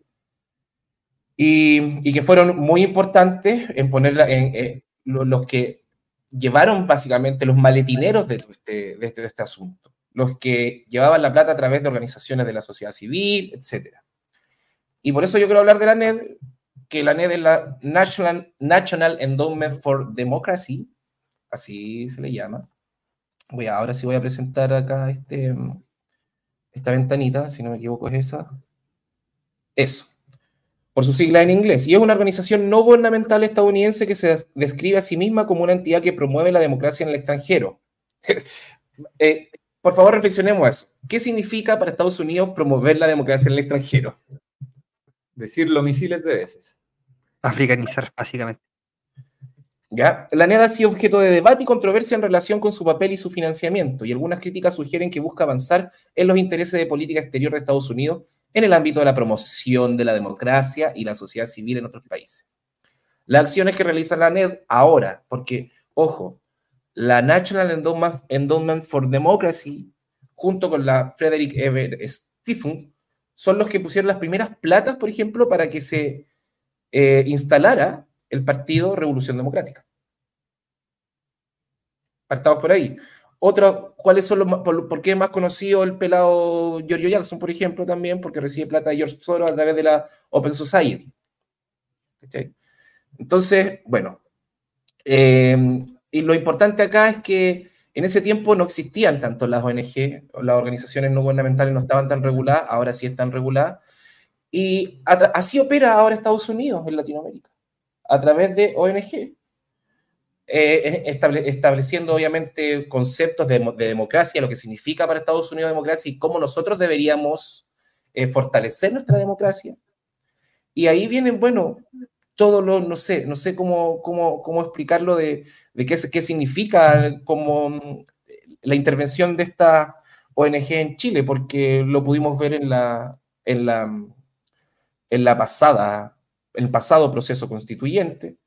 S1: Y, y que fueron muy importantes en ponerla en, en los que llevaron básicamente los maletineros de, todo este, de, este, de este asunto, los que llevaban la plata a través de organizaciones de la sociedad civil, etcétera. Y por eso yo quiero hablar de la N E D, que la N E D es la National, National Endowment for Democracy, así se le llama. Voy a, ahora sí voy a presentar acá este, esta ventanita, si no me equivoco es esa. Eso, por su sigla en inglés. Y es una organización no gubernamental estadounidense que se describe a sí misma como una entidad que promueve la democracia en el extranjero. eh, por favor, reflexionemos eso. ¿Qué significa para Estados Unidos promover la democracia en el extranjero?
S3: Decirlo misiles de veces.
S4: Africanizar, básicamente.
S1: ¿Ya? La N E D ha sido objeto de debate y controversia en relación con su papel y su financiamiento, y algunas críticas sugieren que busca avanzar en los intereses de política exterior de Estados Unidos en el ámbito de la promoción de la democracia y la sociedad civil en otros países. Las acciones que realiza la N E D ahora, porque, ojo, la National Endowment, Endowment for Democracy, junto con la Frederick Ebert Stephen, son los que pusieron las primeras platas, por ejemplo, para que se eh, instalara el Partido Revolución Democrática. Partamos por ahí. Otra, ¿cuáles son los, por, por qué es más conocido el pelado Giorgio Jackson, por ejemplo, también? Porque recibe plata de George Soros a través de la Open Society. ¿Okay? Entonces, bueno, eh, y lo importante acá es que en ese tiempo no existían tanto las O N G, las organizaciones no gubernamentales no estaban tan reguladas, ahora sí están reguladas, y así opera ahora Estados Unidos en Latinoamérica, a través de O N G, eh, estable, estableciendo obviamente conceptos de, de democracia, lo que significa para Estados Unidos democracia y cómo nosotros deberíamos eh, fortalecer nuestra democracia. Y ahí vienen, bueno, todo lo, no sé, no sé cómo, cómo, cómo explicarlo de, de qué, qué significa como la intervención de esta O N G en Chile, porque lo pudimos ver en la, en la, en la pasada, el pasado proceso constituyente.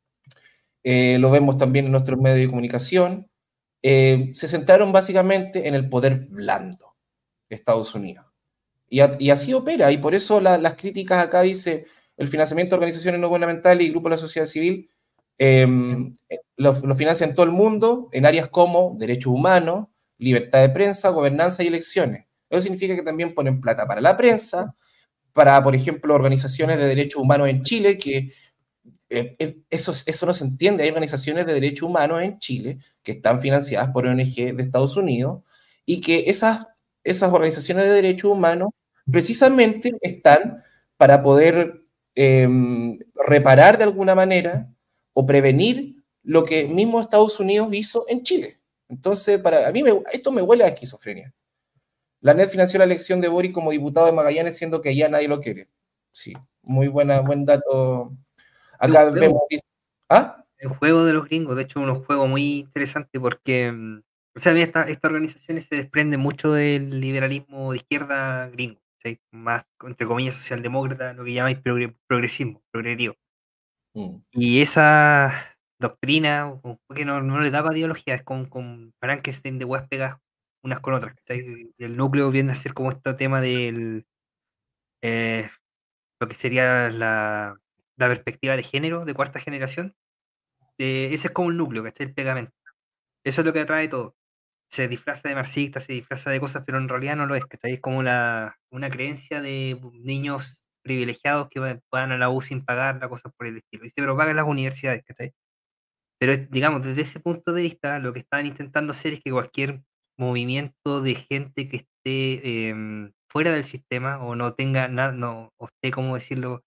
S1: Eh, lo vemos también en nuestros medios de comunicación. Eh, se centraron básicamente en el poder blando de Estados Unidos. Y, a, y así opera, y por eso la, las críticas acá dice el financiamiento de organizaciones no gubernamentales y grupos de la sociedad civil eh, lo, lo financian todo el mundo en áreas como derechos humanos, libertad de prensa, gobernanza y elecciones. Eso significa que también ponen plata para la prensa, para, por ejemplo, organizaciones de derechos humanos en Chile, que eh, eso, eso no se entiende. Hay organizaciones de derechos humanos en Chile que están financiadas por O N G de Estados Unidos y que esas, esas organizaciones de derechos humanos precisamente están para poder eh, reparar de alguna manera o prevenir lo que mismo Estados Unidos hizo en Chile. Entonces, para a mí me, esto me huele a esquizofrenia. La N E D financió la elección de Boric como diputado de Magallanes, siendo que allá nadie lo quiere. Sí, muy buena, buen dato. Acá vemos...
S4: ¿Ah? El juego de los gringos, de hecho, es un juego muy interesante porque, o sea, esta, estas organizaciones se desprenden mucho del liberalismo de izquierda gringo, ¿sí? Más, entre comillas, socialdemócrata, lo que llamáis progresismo, progresivo. Mm. Y esa doctrina, que no, no le daba ideología, es con, con Frankenstein de huevas pegas unas con otras, ¿sí? El núcleo viene a ser como este tema del eh, lo que sería la, la perspectiva de género de cuarta generación. Eh, ese es como el núcleo, ¿cachai? El pegamento. Eso es lo que atrae todo. Se disfraza de marxista, se disfraza de cosas, pero en realidad no lo es, ¿cachai? Es como la, una creencia de niños privilegiados que van, van a la U sin pagar, la cosa por el estilo. Dice, pero pagan las universidades, ¿cachai? Pero digamos, desde ese punto de vista, lo que están intentando hacer es que cualquier movimiento de gente que esté eh, fuera del sistema o no tenga nada, no, o esté, ¿cómo decirlo?,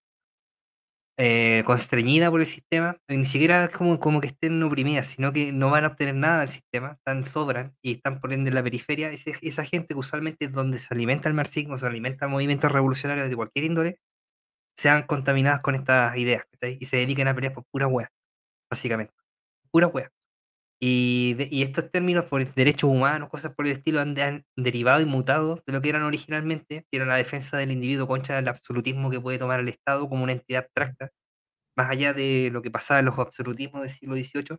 S4: Eh, constreñida por el sistema, ni siquiera como, como que estén oprimidas, sino que no van a obtener nada del sistema, están sobran y están por ende en la periferia. Ese, esa gente que usualmente es donde se alimenta el marxismo, se alimenta el movimiento revolucionario de cualquier índole, sean contaminadas con estas ideas, ¿sí? Y se dediquen a pelear por pura wea, básicamente, pura wea. Y, de, y estos términos por derechos humanos, cosas por el estilo, han, han derivado y mutado de lo que eran originalmente, que era la defensa del individuo contra el absolutismo que puede tomar el Estado como una entidad abstracta, más allá de lo que pasaba en los absolutismos del siglo dieciocho,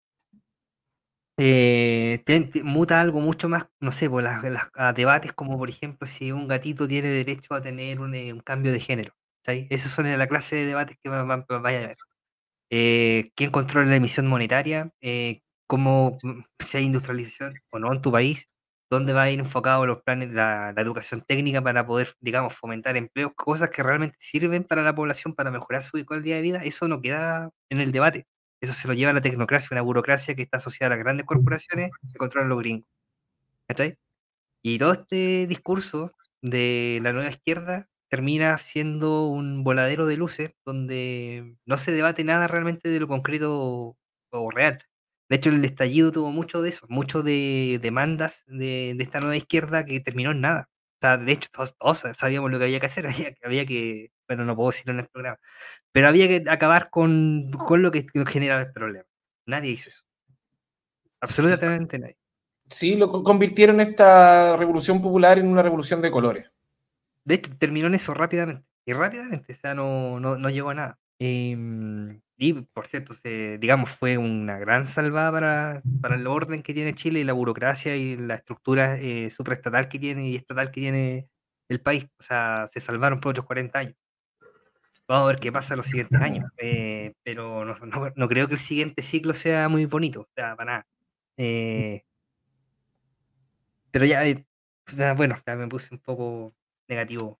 S4: eh, te, te, muta algo mucho más, no sé, pues las, las, a debates como, por ejemplo, si un gatito tiene derecho a tener un, un cambio de género. ¿Sí? Esos son la clase de debates que va, va, vaya a ver. Eh, ¿Quién controla la emisión monetaria? Eh, como si hay industrialización o no en tu país, dónde va a ir enfocado los planes, la, la educación técnica para poder, digamos, fomentar empleos, cosas que realmente sirven para la población, para mejorar su calidad de vida, eso no queda en el debate. Eso se lo lleva la tecnocracia, una burocracia que está asociada a las grandes corporaciones que controlan los gringos. ¿Cachai? Y todo este discurso de la nueva izquierda termina siendo un voladero de luces donde no se debate nada realmente de lo concreto o, o real. De hecho, el estallido tuvo mucho de eso, mucho de demandas de, de esta nueva izquierda que terminó en nada. O sea, de hecho, todos, todos sabíamos lo que había que hacer, había, había que, bueno, no puedo decirlo en el programa, pero había que acabar con, con lo que generaba el problema. Nadie hizo eso. Absolutamente nadie.
S1: Sí, lo convirtieron esta revolución popular en una revolución de colores.
S4: De hecho, terminó en eso rápidamente. Y rápidamente, o sea, no, no, no llegó a nada. Eh, y, por cierto, se, digamos, fue una gran salvada para, para el orden que tiene Chile y la burocracia y la estructura eh, supraestatal que tiene y estatal que tiene el país. O sea, se salvaron por otros cuarenta años. Vamos a ver qué pasa en los siguientes años. Eh, pero no, no, no creo que el siguiente ciclo sea muy bonito. O sea, para nada. Eh, pero ya, eh, bueno, ya me puse un poco negativo.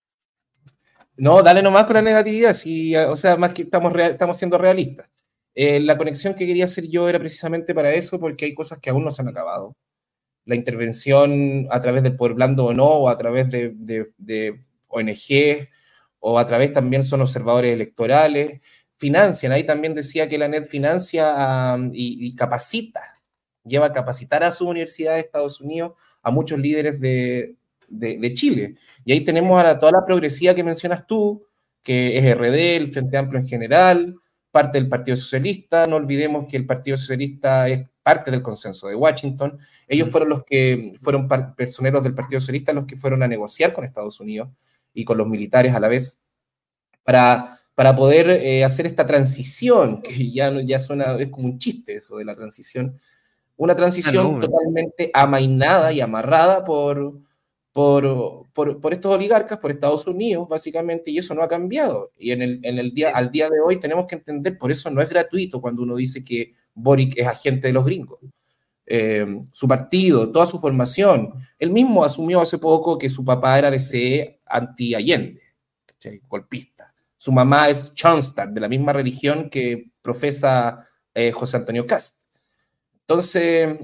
S1: No, dale nomás con la negatividad, sí, o sea, más que estamos, real, estamos siendo realistas. Eh, la conexión que quería hacer yo era precisamente para eso, porque hay cosas que aún no se han acabado. La intervención a través del poder blando o no, o a través de, de, de O N G, o a través también son observadores electorales, financian. Ahí también decía que la N E D financia um, y, y capacita, lleva a capacitar a su universidad de Estados Unidos a muchos líderes de, de, de Chile. Y ahí tenemos a la, toda la progresía que mencionas tú, que es R D, el Frente Amplio en general, parte del Partido Socialista. No olvidemos que el Partido Socialista es parte del consenso de Washington. Ellos fueron los que fueron personeros del Partido Socialista, los que fueron a negociar con Estados Unidos y con los militares a la vez, para, para poder eh, hacer esta transición, que ya, ya suena, es como un chiste eso de la transición, una transición ah, no, totalmente amainada y amarrada por, por, por, por estos oligarcas, por Estados Unidos, básicamente, y eso no ha cambiado. Y en el, en el día, al día de hoy tenemos que entender, por eso no es gratuito cuando uno dice que Boric es agente de los gringos. Eh, su partido, toda su formación. Él mismo asumió hace poco que su papá era de C E anti-Allende, ¿cachai? Golpista. Su mamá es Schoenstatt, de la misma religión que profesa eh, José Antonio Kast. Entonces,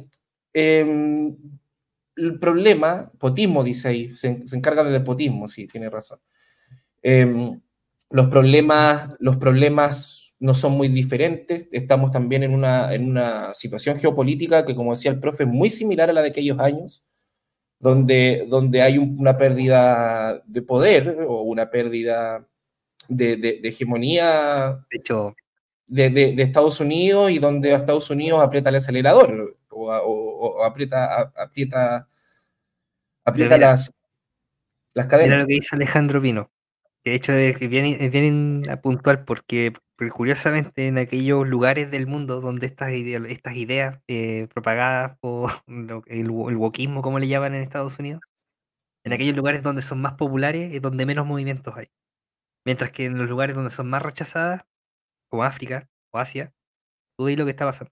S1: eh, el problema, potismo dice ahí, se, se encarga del potismo, sí, tiene razón. Eh, los problemas, los problemas no son muy diferentes, estamos también en una, en una situación geopolítica que, como decía el profe, es muy similar a la de aquellos años, donde, donde hay un, una pérdida de poder o una pérdida de, de, de hegemonía
S4: de, hecho,
S1: de, de, de Estados Unidos, y donde Estados Unidos aprieta el acelerador o, o, o aprieta, aprieta, aprieta mira, las, las cadenas.
S4: Mira lo que dice Alejandro Pino. De hecho, es bien, es bien puntual porque, porque curiosamente en aquellos lugares del mundo donde estas ideas, estas ideas eh, propagadas por lo, el, el wokismo, como le llaman en Estados Unidos, en aquellos lugares donde son más populares es donde menos movimientos hay. Mientras que en los lugares donde son más rechazadas, como África o Asia, tú ves lo que está pasando.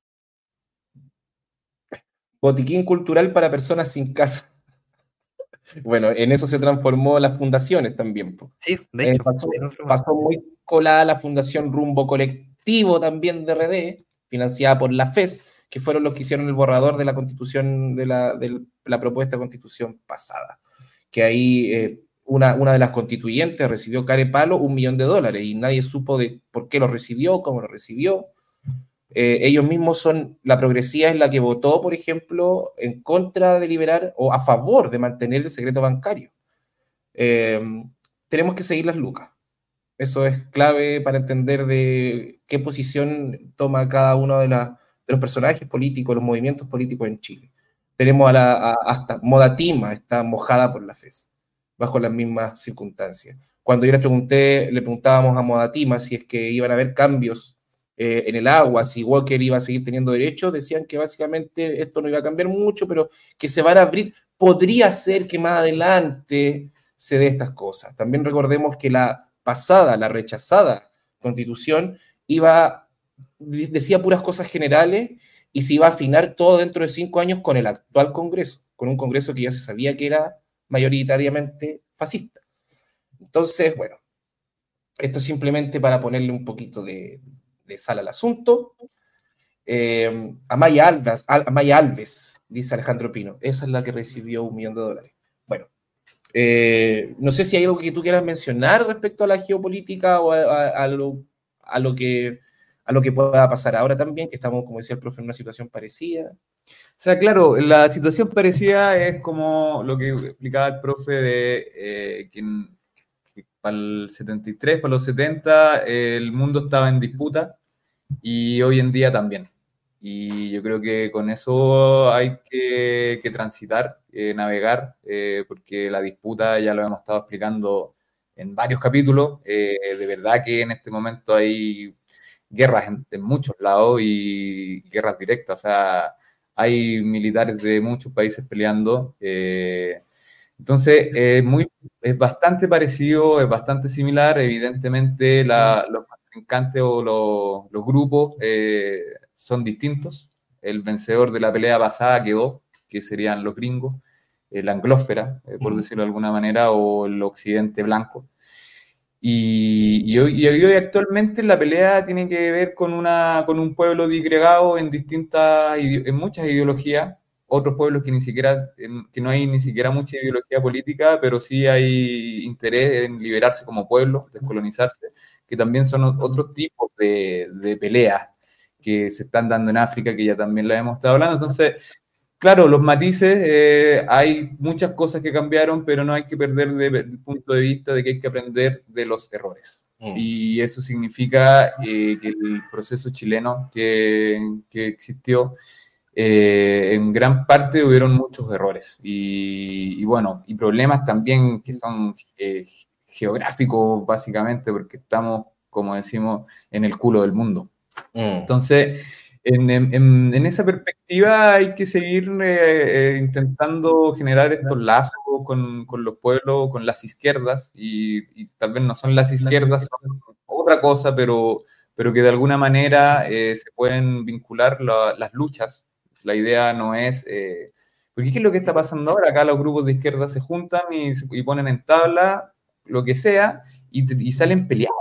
S1: Botiquín cultural para personas sin casa. Bueno, en eso se transformó las fundaciones también.
S4: Sí, de hecho.
S1: Eh, pasó, pasó muy colada la Fundación Rumbo Colectivo también de R D, financiada por la F E S, que fueron los que hicieron el borrador de la constitución, de la, de la propuesta de constitución pasada. Que ahí eh, una, una de las constituyentes recibió carepalo un millón de dólares y nadie supo de por qué lo recibió, cómo lo recibió. Eh, ellos mismos son, la progresía es la que votó, por ejemplo, en contra de liberar o a favor de mantener el secreto bancario. Eh, tenemos que seguir las lucas. Eso es clave para entender de qué posición toma cada uno de, la, de los personajes políticos, los movimientos políticos en Chile. Tenemos a la, a, hasta Modatima, está mojada por la F E S, bajo las mismas circunstancias. Cuando yo le pregunté, le preguntábamos a Modatima si es que iban a haber cambios Eh, en el agua, si Walker iba a seguir teniendo derechos, decían que básicamente esto no iba a cambiar mucho, pero que se van a abrir. Podría ser que más adelante se dé estas cosas. También recordemos que la pasada, la rechazada constitución, iba, decía puras cosas generales y se iba a afinar todo dentro de cinco años con el actual Congreso, con un Congreso que ya se sabía que era mayoritariamente fascista. Entonces, bueno, esto simplemente para ponerle un poquito de, de sal al asunto. Eh, Amaya Alves, Amaya Alves, dice Alejandro Pino, esa es la que recibió un millón de dólares. Bueno, eh, no sé si hay algo que tú quieras mencionar respecto a la geopolítica o a, a, a, lo, a, lo que, a lo que pueda pasar ahora también, que estamos, como decía el profe, en una situación parecida.
S3: O sea, claro, la situación parecida es como lo que explicaba el profe de eh, que, que para el setenta y tres, para los setenta, el mundo estaba en disputa y hoy en día también. Y yo creo que con eso hay que, que transitar, eh, navegar, eh, porque la disputa ya lo hemos estado explicando en varios capítulos. Eh, de verdad que en este momento hay guerras en, en muchos lados y guerras directas. O sea, hay militares de muchos países peleando. Eh, entonces, eh, muy, es bastante parecido, es bastante similar. Evidentemente, la, los contrincantes o los, los grupos eh, son distintos. El vencedor de la pelea pasada quedó, que serían los gringos, eh, la anglósfera, eh, por decirlo de alguna manera, o el occidente blanco. Y, y, hoy, y hoy actualmente la pelea tiene que ver con, una, con un pueblo disgregado en distintas, en muchas ideologías, otros pueblos que ni siquiera, que no hay ni siquiera mucha ideología política, pero sí hay interés en liberarse como pueblo, descolonizarse, que también son otros tipos de, de peleas que se están dando en África, que ya también la hemos estado hablando. Entonces, claro, los matices, eh, hay muchas cosas que cambiaron, pero no hay que perder de, el punto de vista de que hay que aprender de los errores. Mm. Y eso significa eh, que el proceso chileno que, que existió, eh, en gran parte hubieron muchos errores. Y, y bueno, y problemas también que son eh, geográficos, básicamente, porque estamos, como decimos, en el culo del mundo. Mm. Entonces... En, en, en esa perspectiva hay que seguir eh, eh, intentando generar estos lazos con, con los pueblos, con las izquierdas, y, y tal vez no son las izquierdas, son otra cosa, pero, pero que de alguna manera eh, se pueden vincular la, las luchas. La idea no es... Eh, porque ¿qué es lo que está pasando ahora? Acá los grupos de izquierda se juntan y, y ponen en tabla lo que sea y, y salen peleados.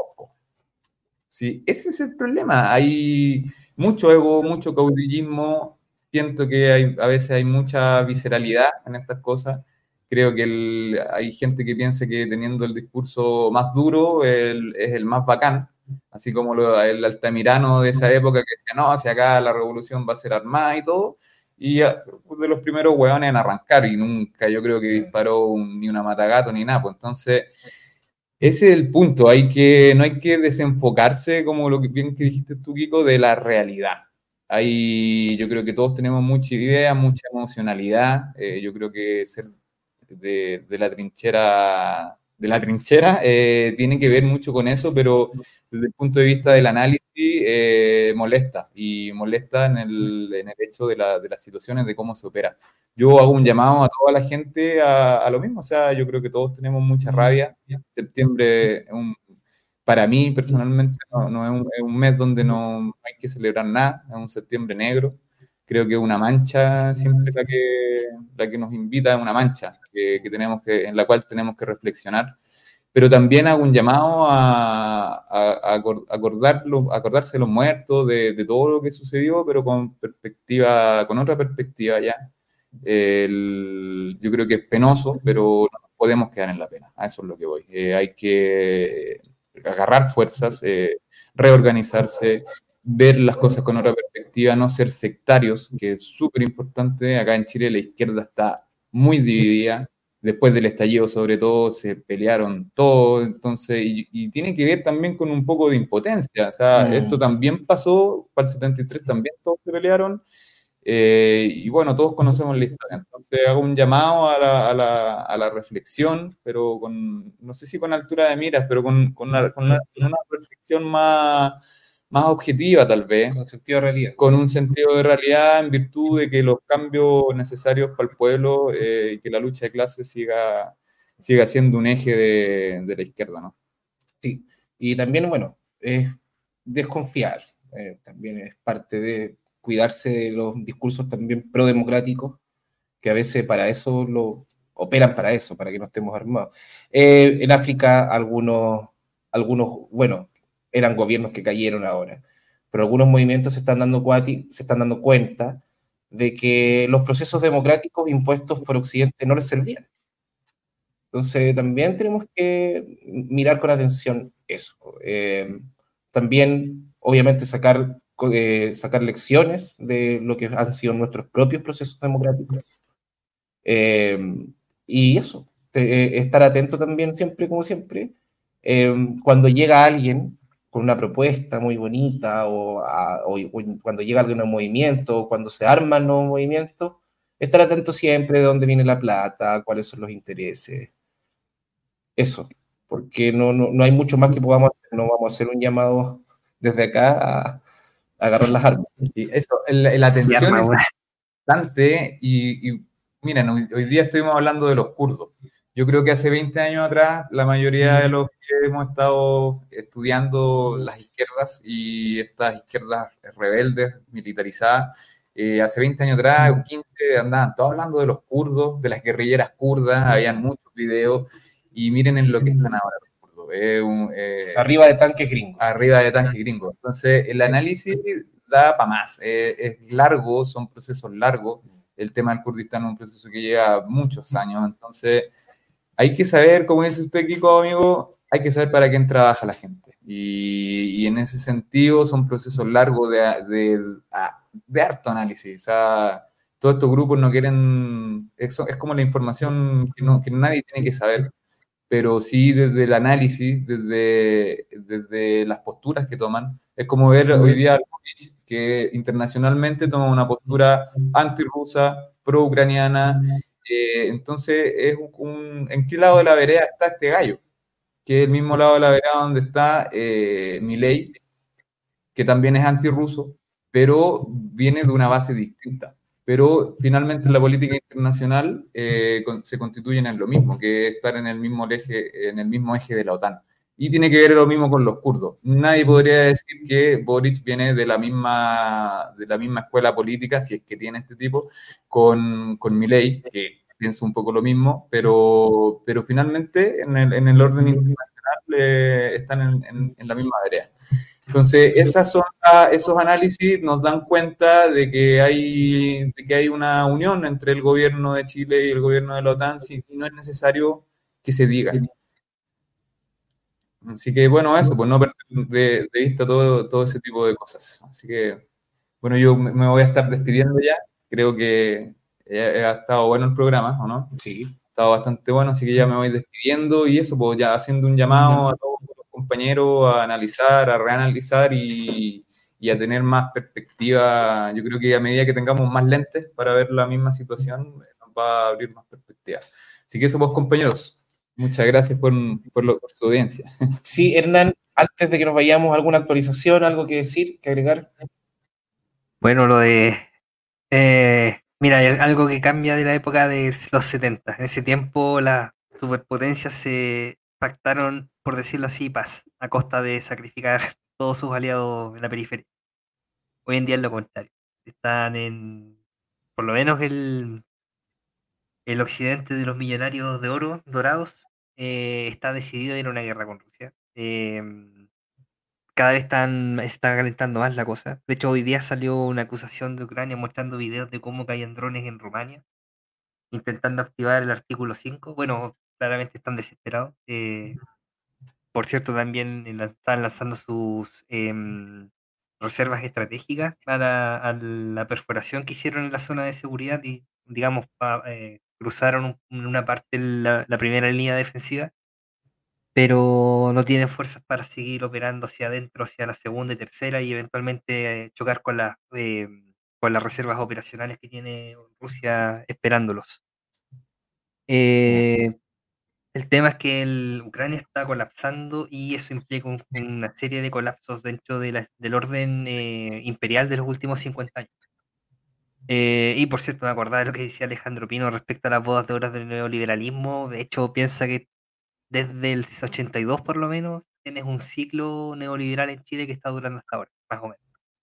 S3: Sí, ese es el problema. Hay mucho ego, mucho caudillismo. Siento que hay, a veces hay mucha visceralidad en estas cosas. Creo que el, hay gente que piensa que teniendo el discurso más duro el, es el más bacán, así como lo, el Altamirano de esa época que decía, no, hacia acá la revolución va a ser armada y todo, y de los primeros hueones en arrancar, y nunca yo creo que disparó un, ni una matagato ni nada. Pues entonces... Ese es el punto, hay que, no hay que desenfocarse, como lo que bien que dijiste tú, Kiko, de la realidad. Hay, yo creo que todos tenemos mucha idea, mucha emocionalidad. Eh, yo creo que ser de, de la trinchera, de la trinchera eh, tiene que ver mucho con eso, pero desde el punto de vista del análisis eh, molesta, y molesta en el, en el hecho de, la, de las situaciones, de cómo se opera. Yo hago un llamado a toda la gente a, a lo mismo, o sea, yo creo que todos tenemos mucha rabia. Septiembre, es un, para mí personalmente, no, no es, un, es un mes donde no hay que celebrar nada, es un septiembre negro. Creo que es una mancha siempre la que, la que nos invita, es una mancha que, que tenemos que, en la cual tenemos que reflexionar. Pero también hago un llamado a, a, a acordar, acordarse de los muertos, de, de todo lo que sucedió, pero con perspectiva, con otra perspectiva ya. El, yo creo que es penoso, pero no nos podemos quedar en la pena. A eso es lo que voy. Eh, hay que agarrar fuerzas, eh, reorganizarse, ver las cosas con otra perspectiva, no ser sectarios, que es súper importante. Acá en Chile la izquierda está muy dividida. Después del estallido, sobre todo, se pelearon todos, entonces, y, y tiene que ver también con un poco de impotencia. O sea, mm. esto también pasó, para el setenta y tres también todos se pelearon. Eh, y bueno, todos conocemos la historia, entonces hago un llamado a la, a la, a la reflexión, pero con, no sé si con altura de miras, pero con, con, una, con, una, con una reflexión más, más objetiva tal vez.
S1: Con sentido de realidad.
S3: Con un sentido de realidad en virtud de que los cambios necesarios para el pueblo eh, y que la lucha de clases siga, siga siendo un eje de, de la izquierda, ¿no?
S1: Sí, y también, bueno, es desconfiar, eh, también es parte de... cuidarse de los discursos también prodemocráticos, que a veces para eso lo operan para eso, para que no estemos armados. Eh, en África algunos, algunos, bueno, eran gobiernos que cayeron ahora, pero algunos movimientos se están dando, cuati, se están dando cuenta de que los procesos democráticos impuestos por Occidente no les servían. Entonces también tenemos que mirar con atención eso. Eh, también, obviamente, sacar, eh, sacar lecciones de lo que han sido nuestros propios procesos democráticos. Eh, y eso, te, eh, estar atento también siempre, como siempre, eh, cuando llega alguien con una propuesta muy bonita o, a, o, o cuando llega algún movimiento o cuando se arman nuevos movimientos, estar atento siempre de dónde viene la plata, cuáles son los intereses. Eso, porque no, no, no hay mucho más que podamos hacer, no vamos a hacer un llamado desde acá a, a agarrar las armas.
S3: Y eso, la, la atención es bastante, y, y miren, hoy, hoy día estuvimos hablando de los kurdos. Yo creo que hace veinte años atrás, la mayoría de los que hemos estado estudiando las izquierdas y estas izquierdas rebeldes, militarizadas, eh, hace veinte años atrás, o quince, andaban todos hablando de los kurdos, de las guerrilleras kurdas, habían muchos videos. Y miren en lo que están ahora los kurdos. Eh, un, eh,
S1: arriba de tanques gringos.
S3: Arriba de tanques gringos. Entonces, el análisis da para más. Eh, es largo, son procesos largos. El tema del Kurdistán es un proceso que lleva muchos años. Entonces, hay que saber, como dice usted, Kiko, amigo, hay que saber para quién trabaja la gente. Y, y en ese sentido, son procesos largos de, de, de harto análisis. O sea, todos estos grupos no quieren... Es, es como la información que, no, que nadie tiene que saber, pero sí desde el análisis, desde, desde las posturas que toman. Es como ver hoy día a Boric, que internacionalmente toma una postura antirrusa, pro-ucraniana. Eh, entonces, es un, ¿en qué lado de la vereda está este gallo? Que es el mismo lado de la vereda donde está eh, Milei, que también es antirruso, pero viene de una base distinta. Pero finalmente la política internacional eh, con, se constituyen en lo mismo, que estar en el mismo eje, en el mismo eje de la OTAN. Y tiene que ver lo mismo con los kurdos. Nadie podría decir que Boric viene de la misma, de la misma escuela política, si es que tiene este tipo, con, con Milei, que piensa un poco lo mismo, pero, pero finalmente en el, en el orden internacional eh, están en, en, en la misma vereda. Entonces, esas son, esos análisis nos dan cuenta de que, hay, de que hay una unión entre el gobierno de Chile y el gobierno de la OTAN, y no es necesario que se diga. Así que, bueno, eso, pues no perder de, de vista todo, todo ese tipo de cosas. Así que, bueno, yo me voy a estar despidiendo ya. Creo que ha estado bueno el programa, ¿o no?
S1: Sí.
S3: Ha estado bastante bueno, así que ya me voy despidiendo y eso, pues ya haciendo un llamado a todos compañeros a analizar, a reanalizar y, y a tener más perspectiva. Yo creo que a medida que tengamos más lentes para ver la misma situación, nos va a abrir más perspectiva. Así que eso, pues, compañeros, muchas gracias por, por, lo, por su audiencia.
S1: Sí, Hernán, antes de que nos vayamos, ¿alguna actualización, algo que decir, que agregar?
S4: Bueno, lo de... Eh, mira, algo que cambia de la época de los setenta. En ese tiempo las superpotencias se pactaron, por decirlo así, paz, a costa de sacrificar todos sus aliados en la periferia. Hoy en día es lo contrario. Están en, por lo menos el, el occidente de los millonarios de oro, dorados, eh, está decidido a ir a una guerra con Rusia. Eh, cada vez están, está calentando más la cosa. De hecho, hoy día salió una acusación de Ucrania mostrando videos de cómo caían drones en Rumania, intentando activar el artículo cinco. Bueno, claramente están desesperados. Eh, por cierto, también están lanzando sus eh, reservas estratégicas para a la perforación que hicieron en la zona de seguridad y, digamos, pa, eh, cruzaron un, una parte la, la primera línea defensiva, pero no tienen fuerzas para seguir operando hacia adentro, hacia la segunda y tercera, y eventualmente eh, chocar con, la, eh, con las reservas operacionales que tiene Rusia esperándolos. Eh, el tema es que el, Ucrania está colapsando y eso implica un, una serie de colapsos dentro de la, del orden eh, imperial de los últimos cincuenta años. Eh, y por cierto, me acordaba de lo que decía Alejandro Pino respecto a las bodas de oro del neoliberalismo. De hecho, piensa que desde el ochenta y dos por lo menos tienes un ciclo neoliberal en Chile que está durando hasta ahora, más o menos.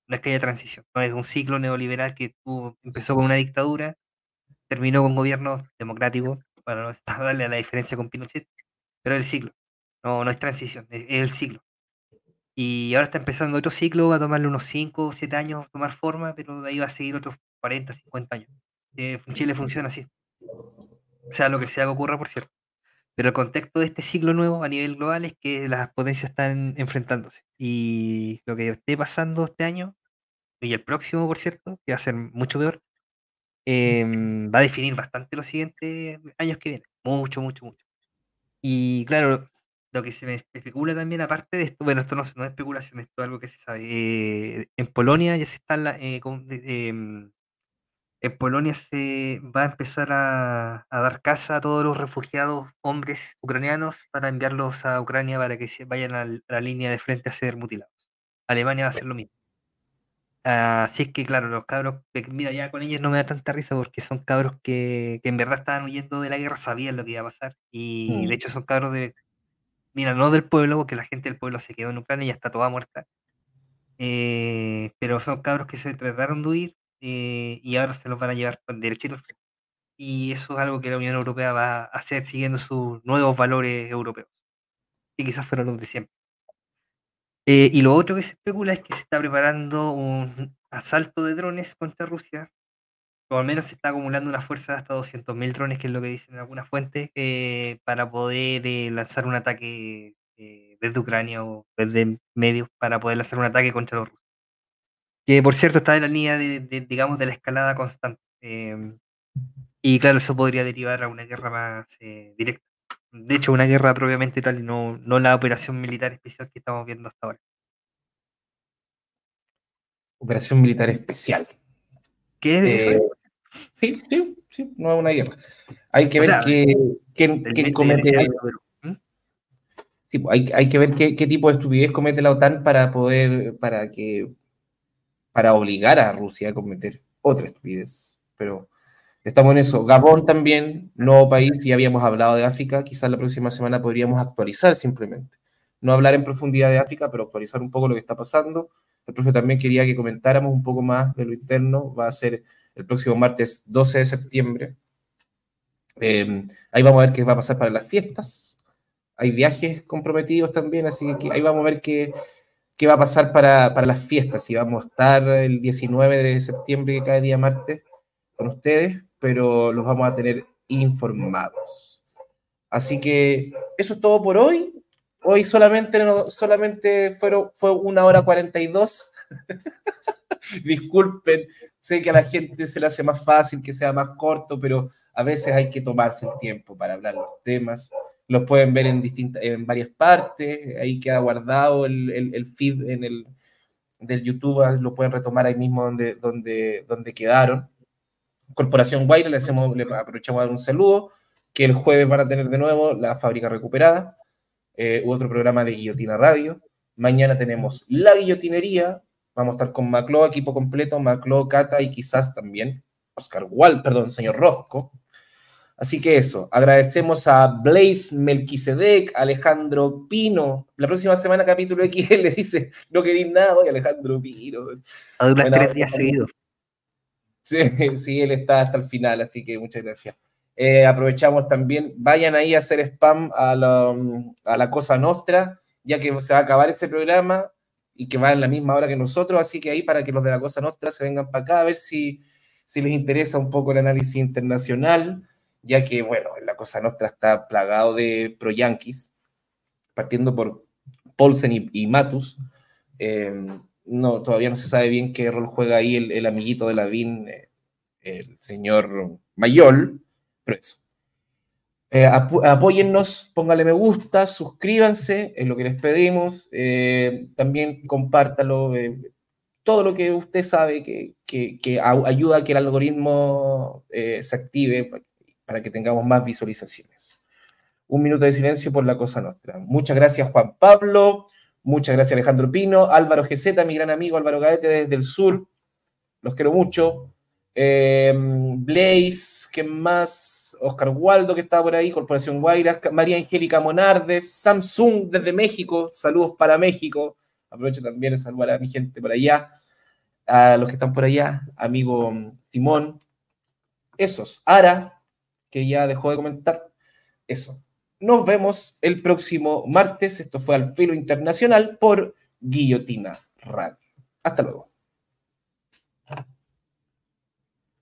S4: no es que haya transición, no es un ciclo neoliberal que tuvo, empezó con una dictadura, terminó con gobiernos democráticos, para no darle a la diferencia con Pinochet, pero es el ciclo, no, no es transición, es, es el ciclo. Y ahora está empezando otro ciclo, va a tomarle unos cinco o siete años tomar forma, pero de ahí va a seguir otros cuarenta, cincuenta años. Eh, Chile funciona así, sea lo que sea que ocurra, por cierto. Pero el contexto de este ciclo nuevo a nivel global es que las potencias están enfrentándose. Y lo que esté pasando este año, y el próximo, por cierto, que va a ser mucho peor, eh, va a definir bastante los siguientes años que vienen. Mucho, mucho, mucho. Y claro, lo que se me especula también, aparte de esto, bueno, esto no, no es especulación, esto es algo que se sabe. Eh, en Polonia ya se está, la, eh, con- eh, em, en Polonia se va a empezar a, a dar casa a todos los refugiados hombres ucranianos para enviarlos a Ucrania para que se vayan al- a la línea de frente a ser mutilados. Alemania va a hacer lo mismo. Así es que, claro, los cabros, que- mira, ya con ellos no me da tanta risa porque son cabros que, que en verdad estaban huyendo de la guerra, sabían lo que iba a pasar. Y de
S1: Mm.
S4: hecho son cabros de, mira, no del pueblo, porque la gente del pueblo se quedó en Ucrania y ya está toda muerta. Eh, pero son cabros que se trataron de huir eh, y ahora se los van a llevar con derechito al frente. Y eso es algo que la Unión Europea va a hacer siguiendo sus nuevos valores europeos, y quizás fueron los de siempre. Eh, y lo otro que se especula es que se está preparando un asalto de drones contra Rusia, o al menos se está acumulando una fuerza de hasta doscientos mil drones, que es lo que dicen algunas fuentes, eh, para poder eh, lanzar un ataque eh, desde Ucrania o desde medios para poder lanzar un ataque contra los rusos. Que por cierto está en la línea de, de, digamos, de la escalada constante. Eh, y claro, eso podría derivar a una guerra más eh, directa. De hecho, una guerra propiamente tal y no, no la operación militar especial que estamos viendo hasta ahora.
S1: Operación militar especial.
S4: ¿Qué eso
S1: Eh,
S4: es?
S1: sí, sí, sí, no es una guerra. Hay que
S4: O
S1: ver
S4: sea,
S1: qué, quién,
S4: del,
S1: quién
S4: de, de ese
S1: comete.
S4: año, pero, ¿Mm?
S1: Sí, pues, hay, hay que ver qué, qué tipo de estupidez comete la OTAN para poder, para que, para obligar a Rusia a cometer otra estupidez. Pero estamos en eso. Gabón también, nuevo país, ya habíamos hablado de África, quizás la próxima semana podríamos actualizar simplemente. No hablar en profundidad de África, pero actualizar un poco lo que está pasando. El profe también quería que comentáramos un poco más de lo interno. Va a ser el próximo martes doce de septiembre. Eh, ahí vamos a ver qué va a pasar para las fiestas. Hay viajes comprometidos también, así que ahí vamos a ver qué, qué va a pasar para, para las fiestas. Si vamos a estar el diecinueve de septiembre, que cada día martes, con ustedes, pero los vamos a tener informados. Así que eso es todo por hoy. Hoy solamente, no, solamente fueron, fue una hora cuarenta y dos. Disculpen, sé que a la gente se le hace más fácil que sea más corto, pero a veces hay que tomarse el tiempo para hablar los temas. Los pueden ver en, distintas, en varias partes, ahí queda guardado el, el, el feed en el, del YouTube, lo pueden retomar ahí mismo donde, donde, donde quedaron. Corporación Guaira, le, hacemos, le aprovechamos a dar un saludo, que el jueves van a tener de nuevo La Fábrica Recuperada, eh, otro programa de Guillotina Radio. Mañana tenemos La Guillotinería, vamos a estar con Macló, equipo completo, Macló, Cata y quizás también Oscar Wall, perdón, señor Rosco. Así que eso, agradecemos a Blaze Melquisedec, Alejandro Pino. La próxima semana capítulo X le dice, no queréis nada, y Alejandro Pino.
S4: a durar
S1: Bueno,
S4: tres días seguidos.
S1: sí, sí, él está hasta el final, así que muchas gracias. Eh, aprovechamos también, vayan ahí a hacer spam a la, a la Cosa Nostra, ya que se va a acabar ese programa y que va en la misma hora que nosotros, así que ahí para que los de la Cosa Nostra se vengan para acá a ver si, si les interesa un poco el análisis internacional, ya que, bueno, la Cosa Nostra está plagado de pro-yanquis, partiendo por Paulsen y, y Matus. Eh, no, todavía no se sabe bien qué rol juega ahí el, el amiguito de Lavín, eh, el señor Mayol, pero eso. Eh, ap apóyennos, pónganle me gusta, suscríbanse, es lo que les pedimos, eh, también compártalo, eh, todo lo que usted sabe que, que, que ayuda a que el algoritmo eh, se active para que tengamos más visualizaciones. Un minuto de silencio por la Cosa Nostra. Muchas gracias, Juan Pablo, muchas gracias, Alejandro Pino, Álvaro G Z, mi gran amigo Álvaro Gaete desde el sur, los quiero mucho. Eh, Blaze, ¿qué más? Oscar Waldo, que está por ahí, Corporación Guaira, María Angélica Monardes, Samsung desde México, saludos para México. Aprovecho también de saludar a mi gente por allá. a los que están por allá, amigo Simón, esos, Ara, que ya dejó de comentar, eso. Nos vemos el próximo martes. Esto fue Al Filo Internacional por Guillotina Radio. Hasta luego.